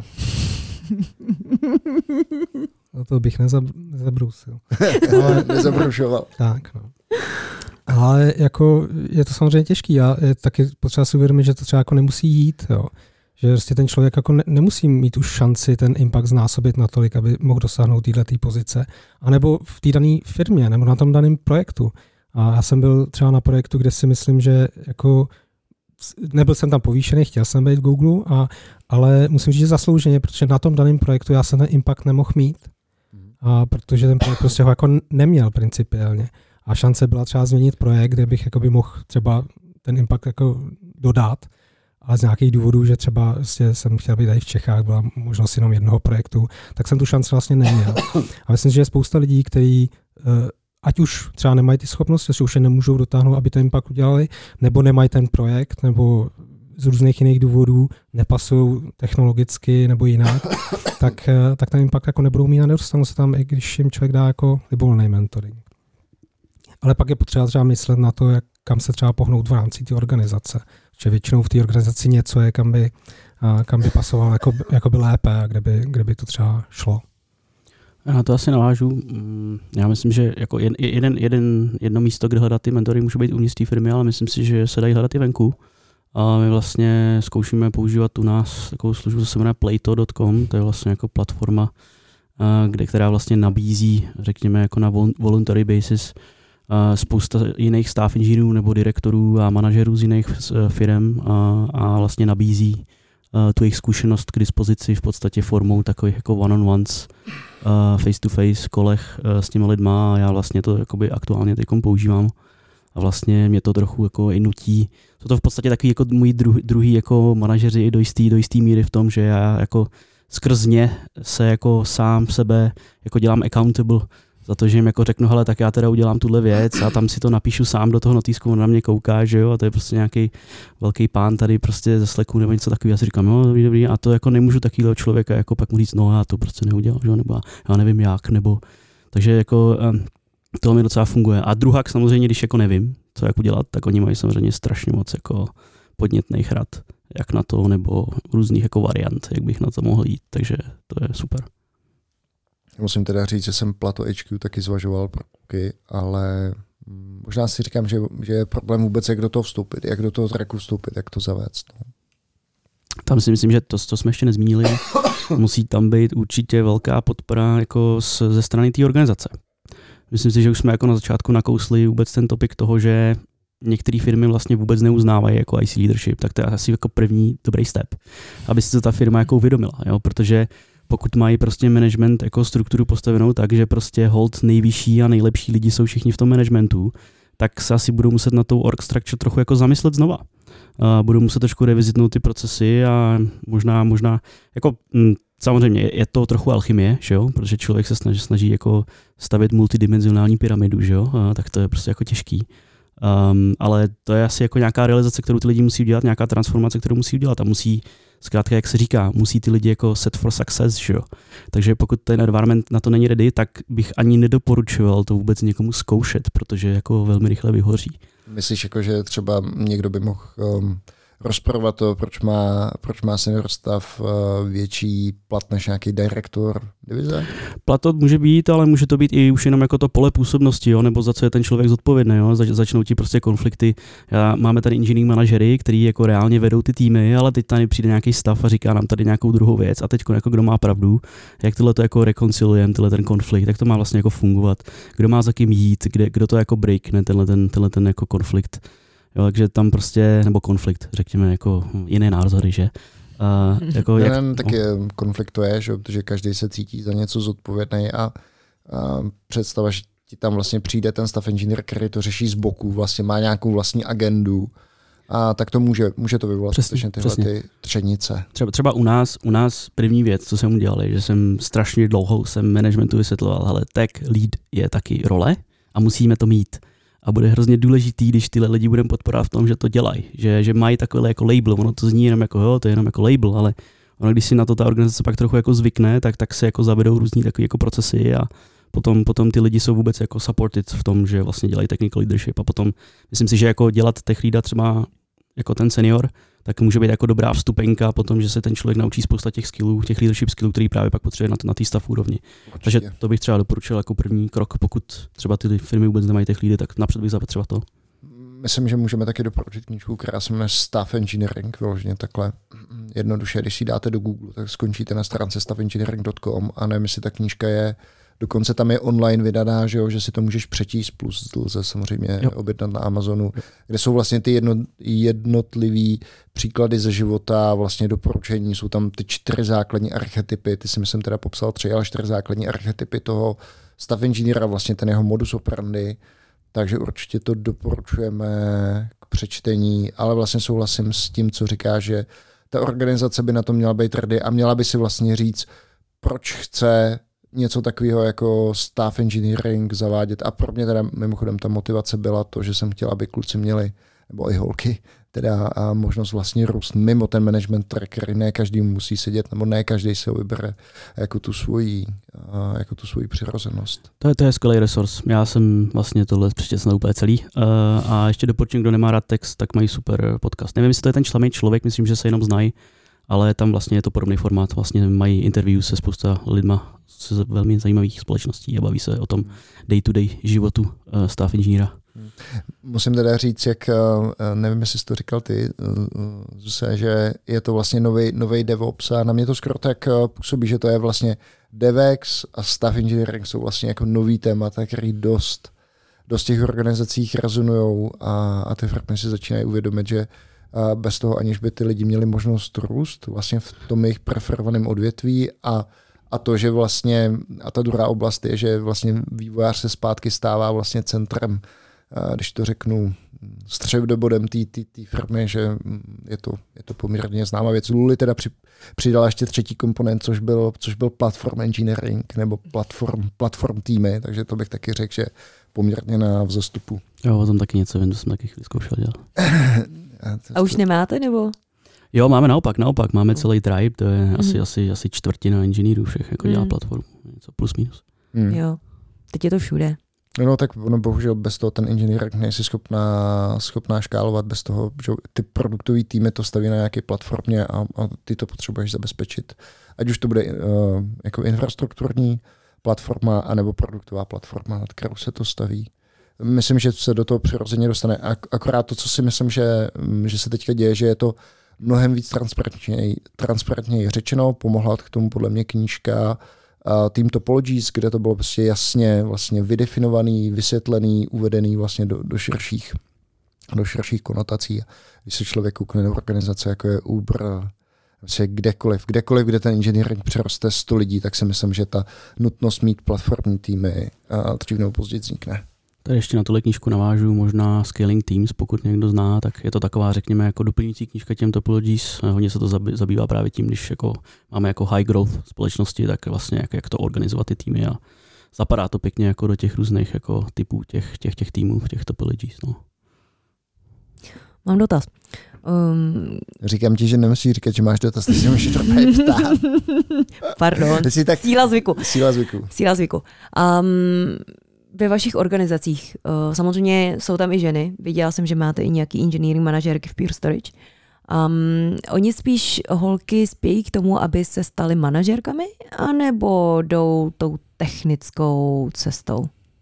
No to bych nezabrousil. Nezabroušoval. Tak, no. Ale jako je to samozřejmě těžký a je taky potřeba si uvědomit, že to třeba jako nemusí jít, jo. Že prostě ten člověk jako nemusí mít už šanci ten impact znásobit natolik, aby mohl dosáhnout této pozice. A nebo v té dané firmě, nebo na tom daném projektu. A já jsem byl třeba na projektu, kde si myslím, že jako nebyl jsem tam povýšený, chtěl jsem být v Google, ale musím říct, že zaslouženě, protože na tom daném projektu já jsem ten impact nemohl mít. A protože ten projekt prostě ho jako neměl principiálně. A šance byla třeba změnit projekt, kde bych jakoby mohl třeba ten impact jako dodat, ale z nějakých důvodů, že třeba jsem chtěl být tady v Čechách, byla možnost jenom jednoho projektu, tak jsem tu šanci vlastně neměl. A myslím, že je spousta lidí, kteří ať už třeba nemají ty schopnosti, že už je nemůžou dotáhnout, aby ten impact udělali, nebo nemají ten projekt, nebo z různých jiných důvodů nepasují technologicky nebo jinak, tak ten impact jako nebudou mít a nedostanou se tam, i když jim člověk dá jako libovolný mentoring. Ale pak je potřeba třeba myslet na to, kam se třeba pohnout v rámci té organizace. Že většinou v té organizaci něco je, kam by pasoval jako by lépe a kde by to třeba šlo. Já na to asi navážu. Já myslím, že jako jedno místo, kde hledat ty mentory, může být uvnitř té firmy, ale myslím si, že se dají hledat i venku. A my vlastně zkoušíme používat u nás takovou službu, co se jmenuje Playto.com, to je vlastně jako platforma, která vlastně nabízí, řekněme, jako na voluntary basis spousta jiných staff inženýrů nebo direktorů a manažerů z jiných firm a vlastně nabízí tu jejich zkušenost k dispozici v podstatě formou takových jako one-on-ones, face-to-face kolech s těmi lidma a já vlastně to jakoby aktuálně teďkom používám a vlastně mě to trochu jako i nutí. Jsou to v podstatě takový jako můj druhý jako manažeři i do jistý míry v tom, že já jako skrz ně se jako sám sebe jako dělám accountable za to, že jim jako řeknu, hele, tak já teda udělám tuhle věc a tam si to napíšu sám do toho notýsku, on na mě kouká, že jo, a to je prostě nějaký velký pán tady prostě ze Slacku nebo něco takového. Já si říkám, no, dobrý, a to jako nemůžu takového člověka jako pak mu říct, no, já to prostě neudělal, že jo, nebo já nevím jak, nebo takže jako to mi docela funguje. A druhak samozřejmě, když jako nevím, co jak udělat, tak oni mají samozřejmě strašně moc jako podnětných rad, jak na to, nebo různých jako variant, jak bych na to mohl jít, takže to je super. Musím teda říct, že jsem Plato HQ taky zvažoval pro kluky, ale možná si říkám, že je problém vůbec, jak do toho vstoupit, jak do toho tracku vstoupit, jak to zavést. No. Tam si myslím, že to jsme ještě nezmínili, musí tam být určitě velká podpora jako ze strany té organizace. Myslím si, že už jsme jako na začátku nakousli vůbec ten topik toho, že některé firmy vlastně vůbec neuznávají jako IC leadership, tak to je asi jako první dobrý step, aby si to ta firma jako uvědomila, jo? Protože pokud mají prostě management jako strukturu postavenou tak, že prostě hold nejvyšší a nejlepší lidi jsou všichni v tom managementu, tak se asi budou muset na tou org structure trochu jako zamyslet znova. Budou muset trošku revizitnout ty procesy a možná jako samozřejmě je to trochu alchymie, že jo? Protože člověk se snaží jako stavět multidimenzionální pyramidu, že jo? Tak to je prostě jako těžký. Ale to je asi jako nějaká realizace, kterou ty lidi musí udělat, nějaká transformace, kterou musí udělat a musí, zkrátka, jak se říká, musí ty lidi jako set for success, že jo. Takže pokud ten environment na to není ready, tak bych ani nedoporučoval to vůbec někomu zkoušet, protože jako velmi rychle vyhoří. Myslíš, jako, že třeba někdo by mohl rozporovat to, proč má senior staff větší plat než nějaký direktor divize? Plat to může být, ale může to být i už jenom jako to pole působnosti, jo, nebo za co je ten člověk zodpovědný, jo, začnou ti prostě konflikty. Máme tady engineering manažery, který jako reálně vedou ty týmy, ale teď tady přijde nějaký staff a říká nám tady nějakou druhou věc a teď jako kdo má pravdu, jak tohle to jako reconcilujeme, ten konflikt, jak to má vlastně jako fungovat, kdo má za kým jít, kdo to jako breakne, tenhle ten jako konflikt. Jo, takže tam prostě, nebo konflikt, řekněme, jako jiné názory, že? Jako taky konflikt to je, že? Protože každý se cítí za něco zodpovědný a představa, že ti tam vlastně přijde ten staff engineer, který to řeší z boku, vlastně má nějakou vlastní agendu a tak to může to vyvolat přesně tyhle ty třenice. Třeba u nás první věc, co jsem udělal, je, že jsem strašně dlouho managementu vysvětloval, hele, tech lead je taky role a musíme to mít. A bude hrozně důležitý, když tyhle lidi budeme podporovat v tom, že to dělají, že mají takový jako label, ono to zní jenom jako jo, to je jenom jako label, ale ono, když si na to ta organizace pak trochu jako zvykne, tak se jako zavedou různý takové jako procesy a potom ty lidi jsou vůbec jako supported v tom, že vlastně dělají technical leadership a potom myslím si, že jako dělat tech leada třeba jako ten senior, tak může být jako dobrá vstupenka potom, že se ten člověk naučí spousta těch skillů, těch leadership skillů, který právě pak potřebuje na té staff úrovni. Takže to bych třeba doporučil jako první krok, pokud třeba ty firmy vůbec nemají těch leady, tak napřed bych zapotřeboval to. Myslím, že můžeme taky doporučit knížku, která se jmenuje Staff Engineering, vyloženě takhle jednoduše, když si dáte do Google, tak skončíte na stránce stafengineering.com a nevím, jestli ta knížka je, dokonce tam je online vydaná, že si to můžeš přečíst, plus lze samozřejmě objednat na Amazonu, kde jsou vlastně ty jednotlivý příklady ze života, vlastně doporučení, jsou tam ty 4 základní archetypy, ty si myslím teda popsal 3, ale 4 základní archetypy toho staff engineera, vlastně ten jeho modus operandi, takže určitě to doporučujeme k přečtení, ale vlastně souhlasím s tím, co říká, že ta organizace by na to měla být ready a měla by si vlastně říct, proč chce něco takového jako staff engineering zavádět. A pro mě teda mimochodem ta motivace byla to, že jsem chtěla, aby kluci měli, nebo i holky, teda a možnost vlastně růst mimo ten management track, který ne každý musí sedět, nebo ne každý se ho vybere jako tu svoji přirozenost. To je skvělý resource. Já jsem vlastně tohle přečetl úplně celý. A ještě doporučím, kdo nemá rád text, tak mají super podcast. Nevím, jestli to je ten člamý člověk, myslím, že se jenom znají, ale tam vlastně je to podobný formát. Vlastně mají interview se spousta lidma z velmi zajímavých společností a baví se o tom day-to-day životu staff inženýra. Musím teda říct, jak, nevím, jestli jsi to říkal ty, Zuse, že je to vlastně nový DevOps a na mě to skoro tak působí, že to je vlastně DevEx a staff engineering jsou vlastně jako nový témata, který dost dost těch organizacích rezonujou a ty firmy si začínají uvědomit, že bez toho, aniž by ty lidi měli možnost růst vlastně v tom jejich preferovaném odvětví a to, že vlastně, a ta druhá oblast je, že vlastně vývojář se zpátky stává vlastně centrem, když to řeknu, středobodem té firmy, že je to poměrně známá věc. Luli teda přidala ještě třetí komponent, což byl platform engineering nebo platform týmy, takže to bych taky řekl, že poměrně na vzestupu. Jo, o tom taky něco vím, to jsem taky chvíli zkoušel dělat. A už nemáte, nebo? Jo, máme naopak, máme celý tribe, to je asi čtvrtina inženýrů všech, jako dělá platformu, něco plus minus. Jo, teď je to všude. No tak ono bohužel bez toho ten inženýr nejsi schopná škálovat, bez toho, že ty produktový týmy to staví na nějaké platformě a ty to potřebuješ zabezpečit. Ať už to bude jako infrastrukturní platforma, anebo produktová platforma, nad kterou se to staví. Myslím, že se do toho přirozeně dostane. Akorát to, co si myslím, že se teďka děje, že je to mnohem víc transparentněji řečeno. Pomohla k tomu podle mě knížka Team Topologies, kde to bylo prostě jasně vlastně vydefinovaný, vysvětlený, uvedený vlastně do širších konotací. Když se člověk koukne na organizace, jako je Uber, vlastně kdekoliv, kde ten engineering přeroste 100 lidí, tak si myslím, že ta nutnost mít platformní týmy dřív nebo později vznikne. Tady ještě na tuhle knížku navážu, možná Scaling Teams, pokud někdo zná, tak je to taková, řekněme, jako doplňující knížka těm Topologies. Hodně se to zabývá právě tím, když jako máme jako high growth společnosti, tak vlastně jak to organizovat ty týmy a zapadá to pěkně jako do těch různých jako typů těch týmů v těch Topologies. No. Mám dotaz. Říkám ti, že nemusíš říkat, že máš dotaz, ty si můžeš normálně ptát. Pardon, tak... Síla zvyku. Ve vašich organizacích, samozřejmě jsou tam i ženy, viděla jsem, že máte i nějaký engineering manažerky v Pure Storage. Oni spíš holky spějí k tomu, aby se staly manažerkami, anebo jdou tou technickou cestou?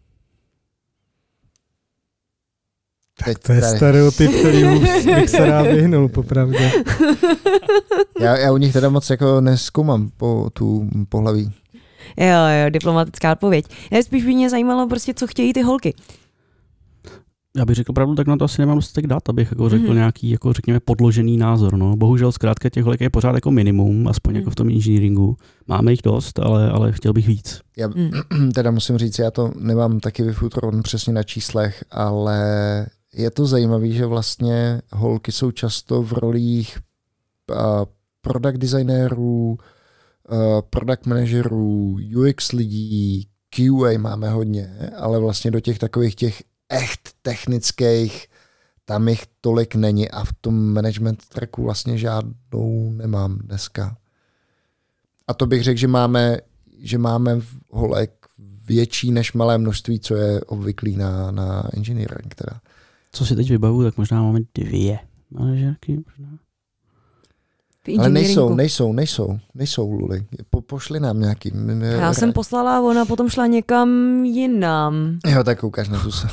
To je stereotyp, který bych se rád vyhnul, popravdě. Já u nich teda moc jako nezkoumám po tu pohlaví. Jo, diplomatická odpověď. Spíš by mě zajímalo prostě, co chtějí ty holky. Já bych řekl pravdu, tak na to asi nemám dostatek dat, abych jako řekl nějaký, jako řekněme, podložený názor. No. Bohužel zkrátka těch holek je pořád jako minimum, aspoň jako v tom engineeringu. Máme jich dost, ale chtěl bych víc. Já teda musím říct, já to nemám taky vyfutrované přesně na číslech, ale je to zajímavé, že vlastně holky jsou často v rolích product designérů, product manažerů, UX lidí, QA máme hodně, ale vlastně do těch takových těch echt technických tam jich tolik není a v tom management tracku vlastně žádnou nemám dneska. A to bych řekl, že máme holek větší než malé množství, co je obvyklý na engineering. Teda. Co si teď vybavu, tak možná máme 2 manažerky. Možná. Ale nejsou Luli. Pošli nám nějaký. Já jsem poslala, ona potom šla někam jinam. Jo, tak ukáž na Zuse.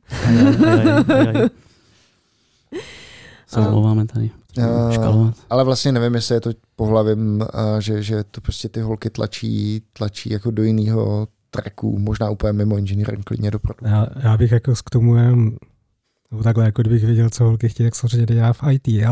Se omlouváme tady. Ale vlastně nevím, jestli je to pohlavím, že to prostě ty holky tlačí jako do jiného tracku, možná úplně mimo engineering, klidně do produktu. Já bych jako k tomu jenom takhle, jako kdybych věděl, co holky chtějí, tak samozřejmě dělá v IT,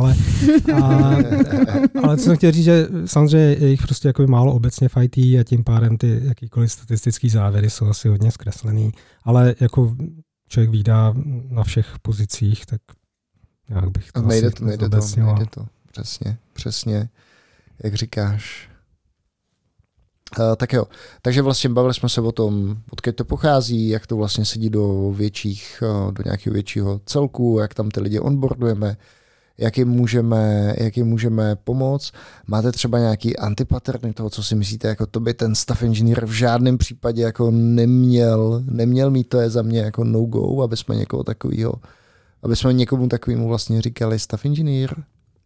ale co jsem chtěl říct, že samozřejmě je jich prostě jako málo obecně v IT a tím pádem ty jakýkoliv statistický závěry jsou asi hodně zkreslený, ale jako člověk vídá na všech pozicích, tak jak bych to nejde to. Přesně, jak říkáš. Tak jo, takže vlastně bavili jsme se o tom, odkud to pochází, jak to vlastně sedí do nějakého většího celku, jak tam ty lidi onboardujeme, jak jim můžeme pomoct. Máte třeba nějaký antipatterny toho, co si myslíte, jako to by ten staff engineer v žádném případě jako neměl mít, to je za mě jako no-go, aby jsme někomu takovému vlastně říkali staff engineer?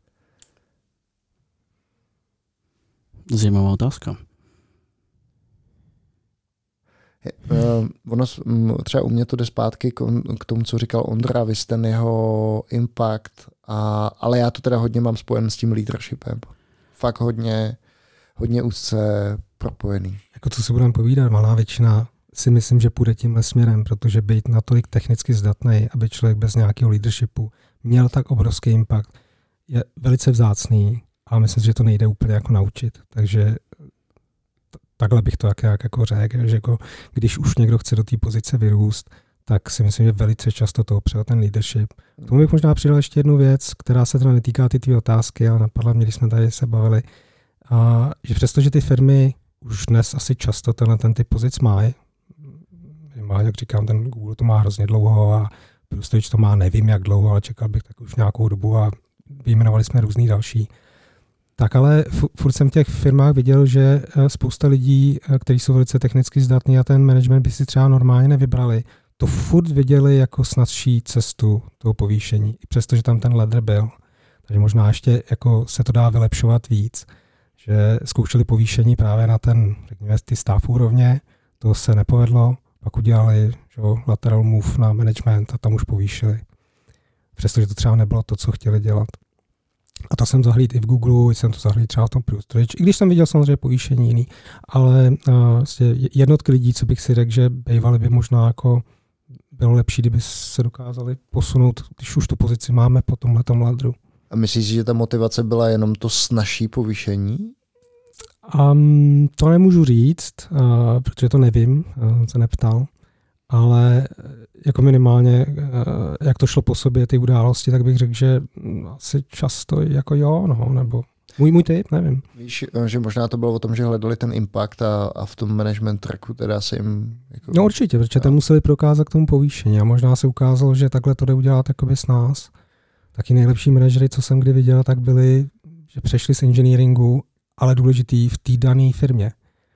Zajímavá otázka. Ono třeba u mě to jde zpátky k tomu, co říkal Ondra, vy ten jeho impact, ale já to teda hodně mám spojen s tím leadershipem. Fakt hodně úzce propojený. Jako co si budeme povídat, malá většina si myslím, že půjde tímhle směrem, protože být natolik technicky zdatný, aby člověk bez nějakého leadershipu měl tak obrovský impact, je velice vzácný a myslím, že to nejde úplně jako naučit. Takže takhle bych to jako řekl, že jako, když už někdo chce do té pozice vyrůst, tak si myslím, že velice často to opře ten leadership. K tomu bych možná přidal ještě jednu věc, která se teda netýká ty tvý otázky, ale napadla mě, když jsme tady se bavili, a že přestože ty firmy už dnes asi často ten typ pozic mají, jak říkám, ten Google to má hrozně dlouho a Prostovič to má nevím jak dlouho, ale čekal bych tak už nějakou dobu a vyjmenovali jsme různý další. Tak ale furt jsem v těch firmách viděl, že spousta lidí, kteří jsou velice technicky zdatní a ten management by si třeba normálně nevybrali, to furt viděli jako snazší cestu toho povýšení, přestože tam ten ladder byl. Takže možná ještě jako se to dá vylepšovat víc, že zkoušeli povýšení právě na ten, řekněme, ty staff úrovně, to se nepovedlo, pak udělali lateral move na management a tam už povýšili. Přestože to třeba nebylo to, co chtěli dělat. A to jsem zahlídl i v Google, jsem to zahlídl třeba v tom Prostovič, i když jsem viděl samozřejmě povýšení jiný, ale jednotky lidí, co bych si řekl, že bývali by možná jako bylo lepší, kdyby se dokázali posunout, když už tu pozici máme po tomhletom ladru. A myslíš, že ta motivace byla jenom to snazší povýšení? To nemůžu říct, protože to nevím, se neptal, ale jako minimálně, jak to šlo po sobě, ty události, tak bych řekl, že asi často jako jo, no, nebo můj typ, nevím. Víš, že možná to bylo o tom, že hledali ten impact a v tom management tracku teda se jim... Jako... No určitě, protože tam museli prokázat k tomu povýšení a možná se ukázalo, že takhle to jde udělat jakoby s nás. Taky nejlepší manažery, co jsem kdy viděl, tak byli, že přešli z engineeringu, ale důležitý v té dané firmě.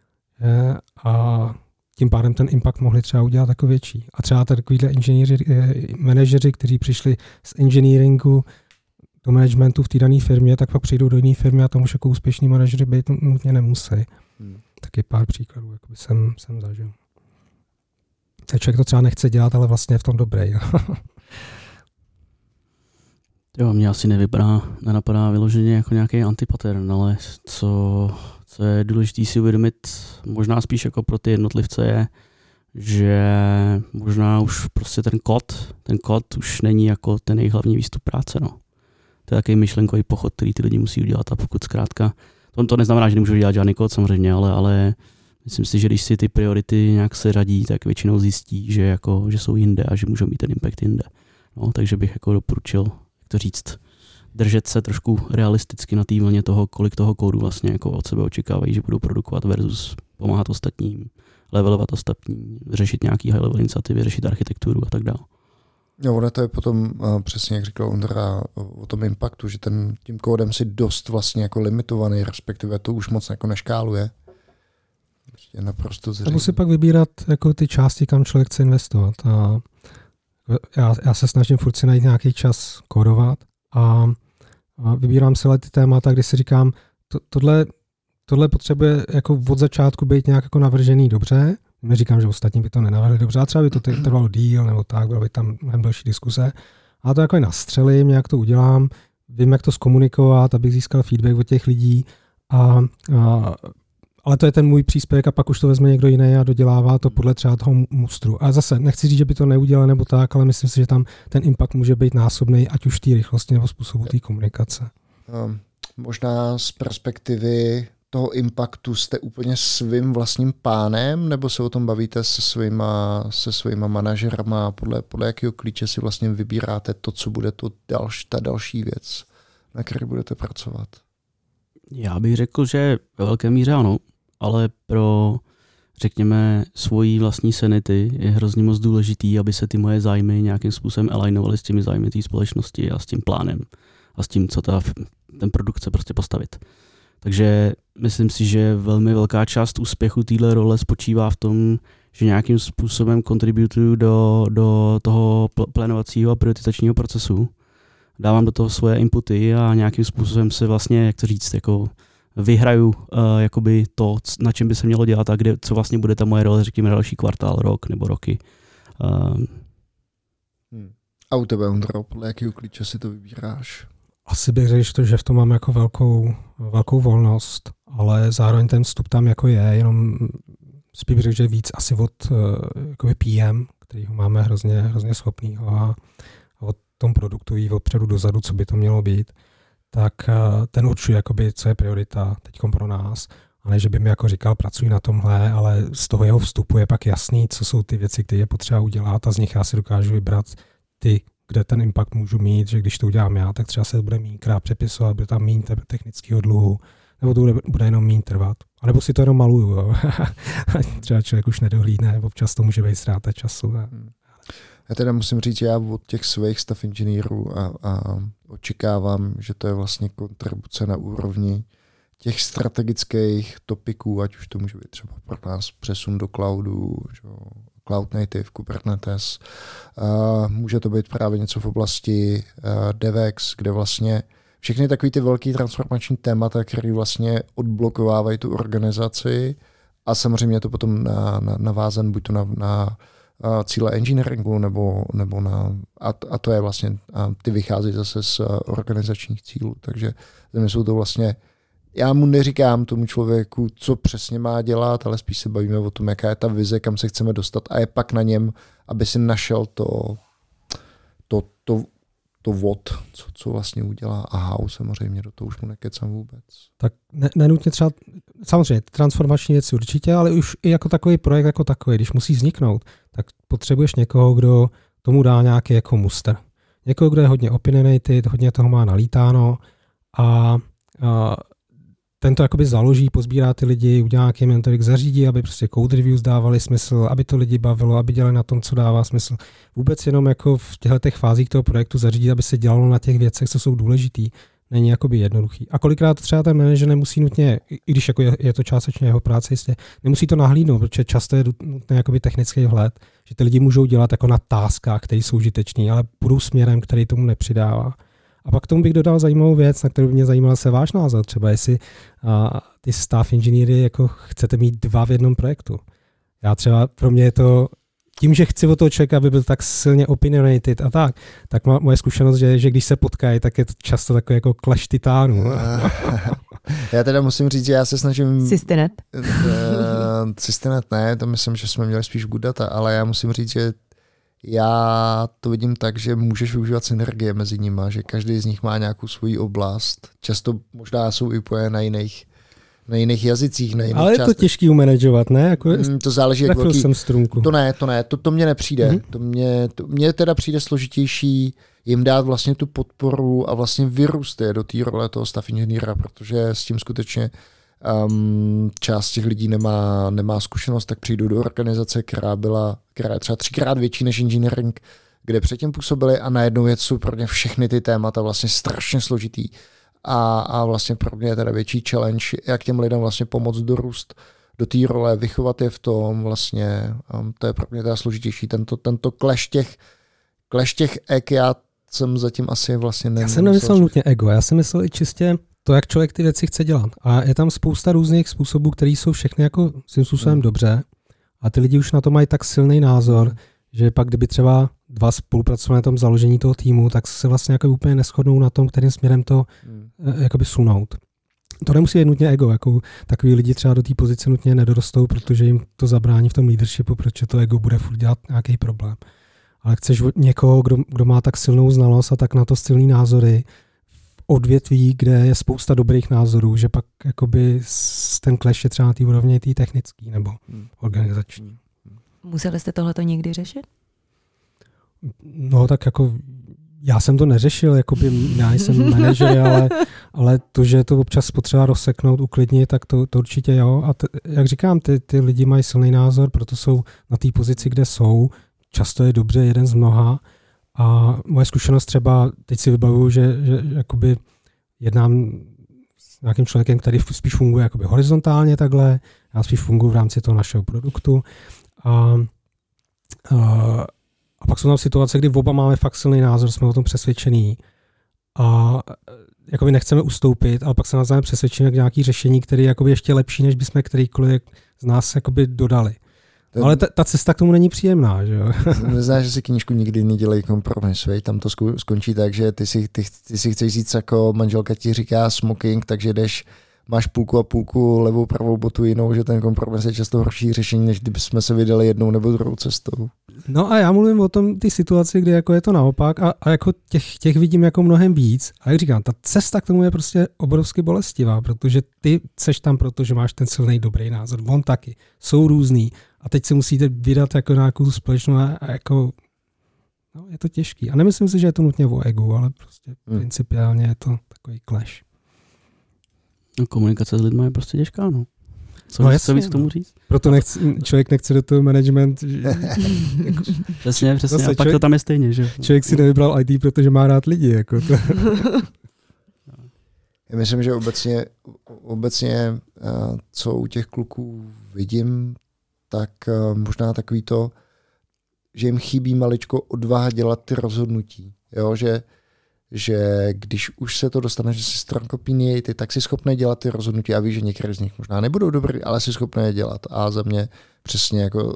A tím pádem ten impact mohli třeba udělat jako větší. A třeba takovýhle manažeři, kteří přišli z engineeringu do managementu v té dané firmě, tak pak přijdou do jiné firmy a tam už jako úspěšní manažeři být nutně nemusí. Taky pár příkladů jakoby jsem zažil. Ten člověk to třeba nechce dělat, ale vlastně je v tom dobrý. Jo, mě asi nenapadá vyloženě jako nějaký antipattern, ale co je důležité si uvědomit, možná spíš jako pro ty jednotlivce je, že možná už prostě ten kód už není jako ten jejich hlavní výstup práce, no. To je takový myšlenkový pochod, který ty lidi musí udělat a pokud zkrátka, to neznamená, že nemůžou dělat žádný kód samozřejmě, ale myslím si, že když si ty priority nějak se radí, tak většinou zjistí, že jsou jinde a že můžou mít ten impact jinde. No, takže bych jako doporučil, jak to říct, držet se trošku realisticky na té vlně toho, kolik toho kódu vlastně jako od sebe očekávají, že budou produkovat versus pomáhat ostatním, levelovat ostatním, řešit nějaký high level iniciativy, řešit architekturu a tak dále. Jo, ono to je potom přesně, jak říkal Ondra, o tom impactu, že tím kódem si dost vlastně jako limitovaný, respektive to už moc jako neškáluje. Je naprosto zřejmě. Nebo si pak vybírat jako ty části, kam člověk chce investovat. A já se snažím furt si najít nějaký čas kódovat a vybírám si ty témata, kdy si říkám, tohle potřebuje jako od začátku být nějak jako navržený dobře. Neříkám, že ostatní by to nenavrhli dobře, a třeba by to trvalo díl, nebo tak, byla by tam mnohem další diskuse. A to jako nastřelím, nějak to udělám, vím, jak to zkomunikovat, abych získal feedback od těch lidí. Ale to je ten můj příspěvek a pak už to vezme někdo jiný a dodělává to podle třeba toho mustru. A zase nechci říct, že by to neudělal nebo tak, ale myslím si, že tam ten impact může být násobný, ať už té rychlosti nebo způsobu té komunikace. Možná z perspektivy toho impactu jste úplně svým vlastním pánem, nebo se o tom bavíte se svýma manažerama, podle jakého klíče si vlastně vybíráte to, co bude ta další věc, na které budete pracovat? Já bych řekl, že ve velké míře ano, ale pro, řekněme, svojí vlastní sanity je hrozně moc důležitý, aby se ty moje zájmy nějakým způsobem alignovaly s těmi zájmy té společnosti a s tím plánem a s tím, co ten produkt chce prostě postavit. Takže myslím si, že velmi velká část úspěchu téhle role spočívá v tom, že nějakým způsobem kontributuju do toho plánovacího a prioritizačního procesu. Dávám do toho svoje inputy a nějakým způsobem se vlastně, jak to říct, jako vyhraju jakoby to, na čem by se mělo dělat a co vlastně bude ta moje role, řekněme, další kvartál, rok nebo roky. A u tebe, Ondro, podle jakého klíče si to vybíráš? Asi bych řekl, že v tom mám jako velkou volnost, ale zároveň ten vstup tam jako je, jenom spíš bych řekl, že víc asi od jakoby PM, kterýho máme hrozně schopnýho a od tom produktu jí odpředu dozadu, co by to mělo být, tak ten určuje, jakoby, co je priorita teďkom pro nás. A ne, že by mi jako říkal, pracuji na tomhle, ale z toho jeho vstupu je pak jasný, co jsou ty věci, které je potřeba udělat a z nich já si dokážu vybrat ty, kde ten impact můžu mít, že když to udělám já, tak třeba se bude mínkrát přepisovat, bude tam méně technického dluhu, nebo to bude jenom méně trvat. A nebo si to jenom maluju. Jo. Třeba člověk už nedohlídne, občas to může být ztráta času. Já teda musím říct, že já od těch svých staff inženýrů a očekávám, že to je vlastně kontribuce na úrovni těch strategických topiků, ať už to může být třeba pro nás přesun do cloudu, cloud native, Kubernetes. Může to být právě něco v oblasti DevEx, kde vlastně všechny takový ty velký transformační témata, které vlastně odblokovávají tu organizaci a samozřejmě je to potom navázan buď to na cíle engineeringu nebo a to je vlastně, ty vychází zase z organizačních cílů, takže jsou to vlastně, já mu neříkám tomu člověku, co přesně má dělat, ale spíš se bavíme o tom, jaká je ta vize, kam se chceme dostat a je pak na něm, aby si našel to vod, co vlastně udělá a how, samozřejmě do toho už mu nekecám vůbec. Tak nenutně třeba, samozřejmě transformační věci určitě, ale už i jako takový projekt jako takový, když musí vzniknout, tak potřebuješ někoho, kdo tomu dá nějaký jako muster. Někoho, kdo je hodně opinionated, hodně toho má nalítáno a ten to jakoby založí, pozbírá ty lidi, udělá nějaký mentoring, zařídí, aby prostě code reviews dávali smysl, aby to lidi bavilo, aby dělali na tom, co dává smysl. Vůbec jenom jako v těchto fázích toho projektu zařídit, aby se dělalo na těch věcech, co jsou důležitý, není jakoby jednoduchý. A kolikrát třeba ten manažer nemusí nutně, i když jako je to částečně jeho práce jistě, nemusí to nahlídnout, protože často je nutný jakoby technický vhled, že ty lidi můžou dělat jako na táskách, které jsou užitečný, ale budou směrem, který tomu nepřidává. A pak tomu bych dodal zajímavou věc, na kterou by mě zajímal se váš názor. Třeba jestli ty staff inženýry jako chcete mít 2 v jednom projektu. Já třeba, pro mě je to, tím, že chci od toho člověka, aby byl tak silně opinionated a tak moje zkušenost, že když se potkají, tak je to často takový jako clash titánů. Já teda musím říct, že já se snažím... Systenet? Systenet ne, to myslím, že jsme měli spíš good data, ale já musím říct, že já to vidím tak, že můžeš využívat synergie mezi nimi, že každý z nich má nějakou svoji oblast. Často možná jsou i na jiných jazycích, na jiných ale je to těžký umanagovat, ne? Jako to záleží, jak velký... jsem strunku. To ne, to mně nepřijde. Mně teda přijde složitější jim dát vlastně tu podporu a vlastně vyrůst je do té role toho staff inženýra, protože s tím skutečně část těch lidí nemá zkušenost, tak přijdou do organizace, která je třeba 3krát větší než engineering, kde předtím působili a najednou jsou pro ně všechny ty témata vlastně strašně složitý a vlastně pro mě je teda větší challenge, jak těm lidem vlastně pomoct dorůst do té role, vychovat je v tom vlastně, to je pro mě teda složitější, tento clash těch ek, já jsem zatím asi vlastně Já jsem nemyslel nutně ego, já jsem myslel i čistě to, jak člověk ty věci chce dělat. A je tam spousta různých způsobů, které jsou všechny jako svým způsobem dobře. A ty lidi už na to mají tak silný názor, že pak kdyby třeba 2 spolupracovali na tom založení toho týmu, tak se vlastně jako úplně neshodnou na tom, kterým směrem to jakoby sunout. To nemusí být nutně ego, jako takový lidi třeba do té pozice nutně nedorostou, protože jim to zabrání v tom leadershipu, protože to ego bude furt dělat nějaký problém. Ale chceš někoho, kdo má tak silnou znalost a tak na to silný názory, odvětví, kde je spousta dobrých názorů, že pak jakoby ten clash je třeba na té úrovni té technický nebo organizační. Museli jste tohleto někdy řešit? No tak jako já jsem to neřešil, jakoby já jsem manažer, ale to, že to občas potřeba rozseknout, uklidnit, tak to určitě jo. A jak říkám, ty lidi mají silný názor, proto jsou na té pozici, kde jsou. Často je dobře jeden z mnoha. A moje zkušenost třeba, teď si vybavuju, že jakoby jednám s nějakým člověkem, který spíš funguje jakoby horizontálně takhle, já spíš funguji v rámci toho našeho produktu. A pak jsou tam situace, kdy oba máme fakt silný názor, jsme o tom přesvědčení a jakoby nechceme ustoupit, ale pak se navzájem přesvědčíme k nějaký řešení, které je jakoby ještě lepší, než bychom kterýkoliv z nás jakoby dodali. Ale ta cesta k tomu není příjemná, že jo? Neznáš, že si knížku nikdy nedělají kompromis, veď? Tam to skončí tak, že ty si chceš říct, jako manželka ti říká smoking, takže jdeš máš půlku a půlku, levou, pravou botu jinou, že ten kompromis je často horší řešení, než kdybychom se vydali jednou nebo druhou cestou. No a já mluvím o tom ty situaci, kdy jako je to naopak a jako těch vidím jako mnohem víc. A jak říkám, ta cesta k tomu je prostě obrovsky bolestivá, protože ty seš tam proto, že máš ten silný dobrý názor. On taky. Jsou různý. A teď se musíte vydat jako na nějakou společnou a jako no, je to těžký. A nemyslím si, že je to nutně o egu, ale prostě principiálně je to takový clash. No, komunikace s lidmi je prostě těžká, no. Co víc k tomu říct? Proto člověk nechce do toho management. Jako, přesně. A pak to tam je stejně, že? Člověk si nevybral IT, protože má rád lidi. Jako to. Já myslím, že obecně co u těch kluků vidím, tak možná takový to, že jim chybí maličko odvaha dělat ty rozhodnutí. Jo, že když už se to dostane, že si strankopínějí, ty tak si schopné dělat ty rozhodnutí a víš, že některé z nich možná nebudou dobrý, ale si schopné je dělat. A za mě přesně jako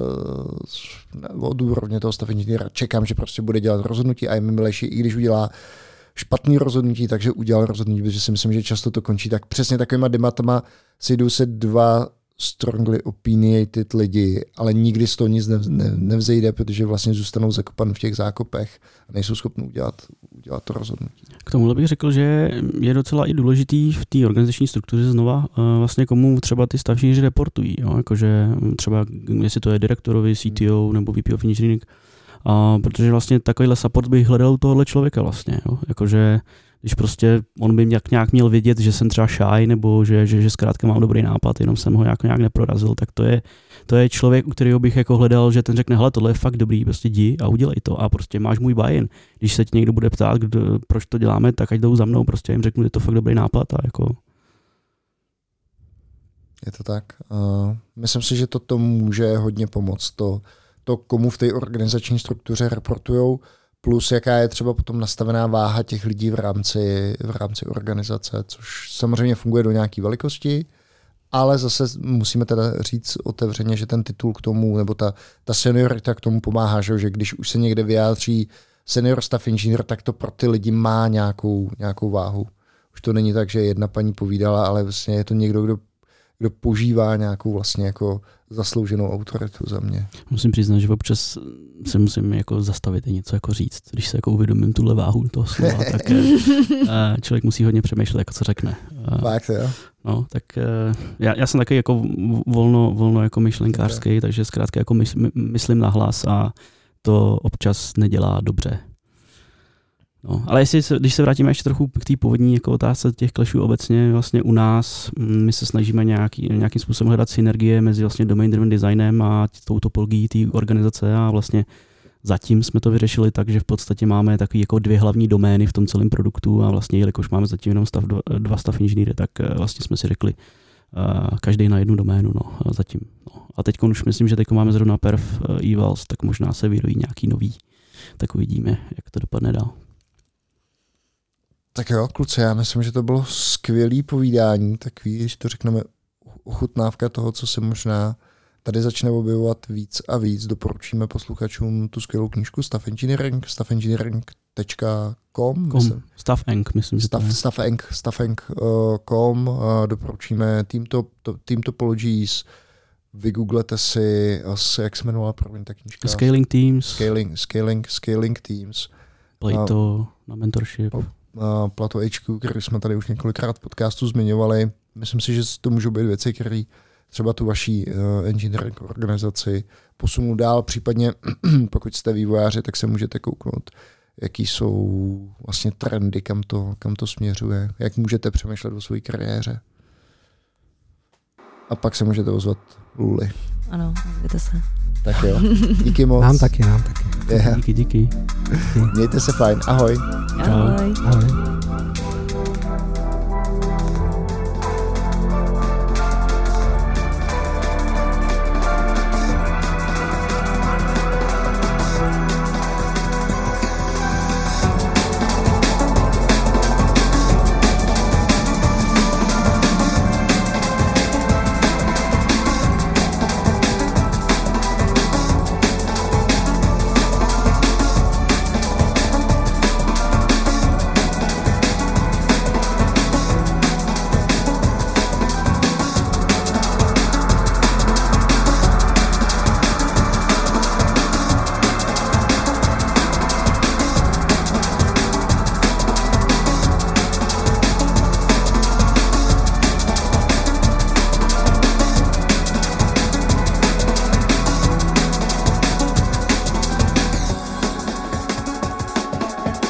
od úrovně toho stav inženýra čekám, že prostě bude dělat rozhodnutí a je mi milejší, i když udělá špatný rozhodnutí, takže udělal rozhodnutí, protože si myslím, že často to končí tak přesně takovýma debatama sejdou se dva strongly opinionated lidi, ale nikdy z toho nic nevzejde, protože vlastně zůstanou zakopaný v těch zákopech a nejsou schopni udělat to rozhodnutí. K tomu bych řekl, že je docela i důležitý v té organizační struktuře znova vlastně komu třeba ty staff inženýři reportují. Jo? Jakože třeba jestli to je direktorovi, CTO nebo VP of Engineering, protože vlastně takovýhle support bych hledal u tohohle člověka vlastně. Jo? Jakože když prostě on by nějak měl vědět, že jsem třeba shy, nebo že zkrátka mám dobrý nápad, jenom jsem ho nějak neprorazil, tak to je člověk, u kterého bych jako hledal, že ten řekne, hele, tohle je fakt dobrý, prostě jdi a udělej to a prostě máš můj buy-in. Když se ti někdo bude ptát, proč to děláme, tak ať jdou za mnou, prostě jim řeknu, že to fakt dobrý nápad a jako... Je to tak. Myslím si, že to může hodně pomoct. To komu v té organizační struktuře reportujou, plus jaká je třeba potom nastavená váha těch lidí v rámci organizace, což samozřejmě funguje do nějaké velikosti, ale zase musíme teda říct otevřeně, že ten titul k tomu, nebo ta seniorita k tomu pomáhá, že když už se někde vyjádří senior staff engineer, tak to pro ty lidi má nějakou váhu. Už to není tak, že jedna paní povídala, ale vlastně je to někdo, kdo požívá nějakou vlastně jako zaslouženou autoritu za mě. Musím přiznat, že občas se musím jako zastavit a něco jako říct. Když se jako uvědomím tuhle váhu toho slova, tak člověk musí hodně přemýšlet, jako co řekne. Fakt, jo? No, tak já jsem taky jako volno jako myšlenkářský, takže zkrátka jako myslím nahlas a to občas nedělá dobře. No, ale když se vrátíme ještě trochu k té původní jako otázce těch clashů obecně, vlastně u nás my se snažíme nějakým způsobem hledat synergie mezi vlastně domain driven designem a tou topologií té organizace a vlastně zatím jsme to vyřešili tak, že v podstatě máme takový jako dvě hlavní domény v tom celém produktu a vlastně jelikož máme zatím jenom dva staff inženýry, tak vlastně jsme si řekli každý na jednu doménu, no, zatím. No. A teď už myslím, že teď máme zrovna perf evals, tak možná se vyrojí nějaký nový, tak uvidíme, jak to dopadne dál. Tak jo, kluci, já myslím, že to bylo skvělý povídání, takový, když to řekneme, ochutnávka toho, co se možná tady začne objevovat víc a víc. Doporučíme posluchačům tu skvělou knížku Staff Engineering, stafengineering.com. Staff-Enk, myslím, že Staff-Enk.com. Doporučíme Team Topologies. Vygooglete si, jak se jmenovala první ta knížka? Scaling Teams. Scaling Teams. Plato na mentorship. Plato HQ, který jsme tady už několikrát v podcastu zmiňovali. Myslím si, že to můžou být věci, které třeba tu vaší engineering organizaci posunou dál. Případně, pokud jste vývojáři, tak se můžete kouknout, jaký jsou vlastně trendy, kam to směřuje, jak můžete přemýšlet o své kariéře. A pak se můžete ozvat Luli. Ano, ozvěte se. Tak jo, díky moc. Nám taky. Yeah. Díky. Mějte se fajn, ahoj. Ahoj. Ahoj.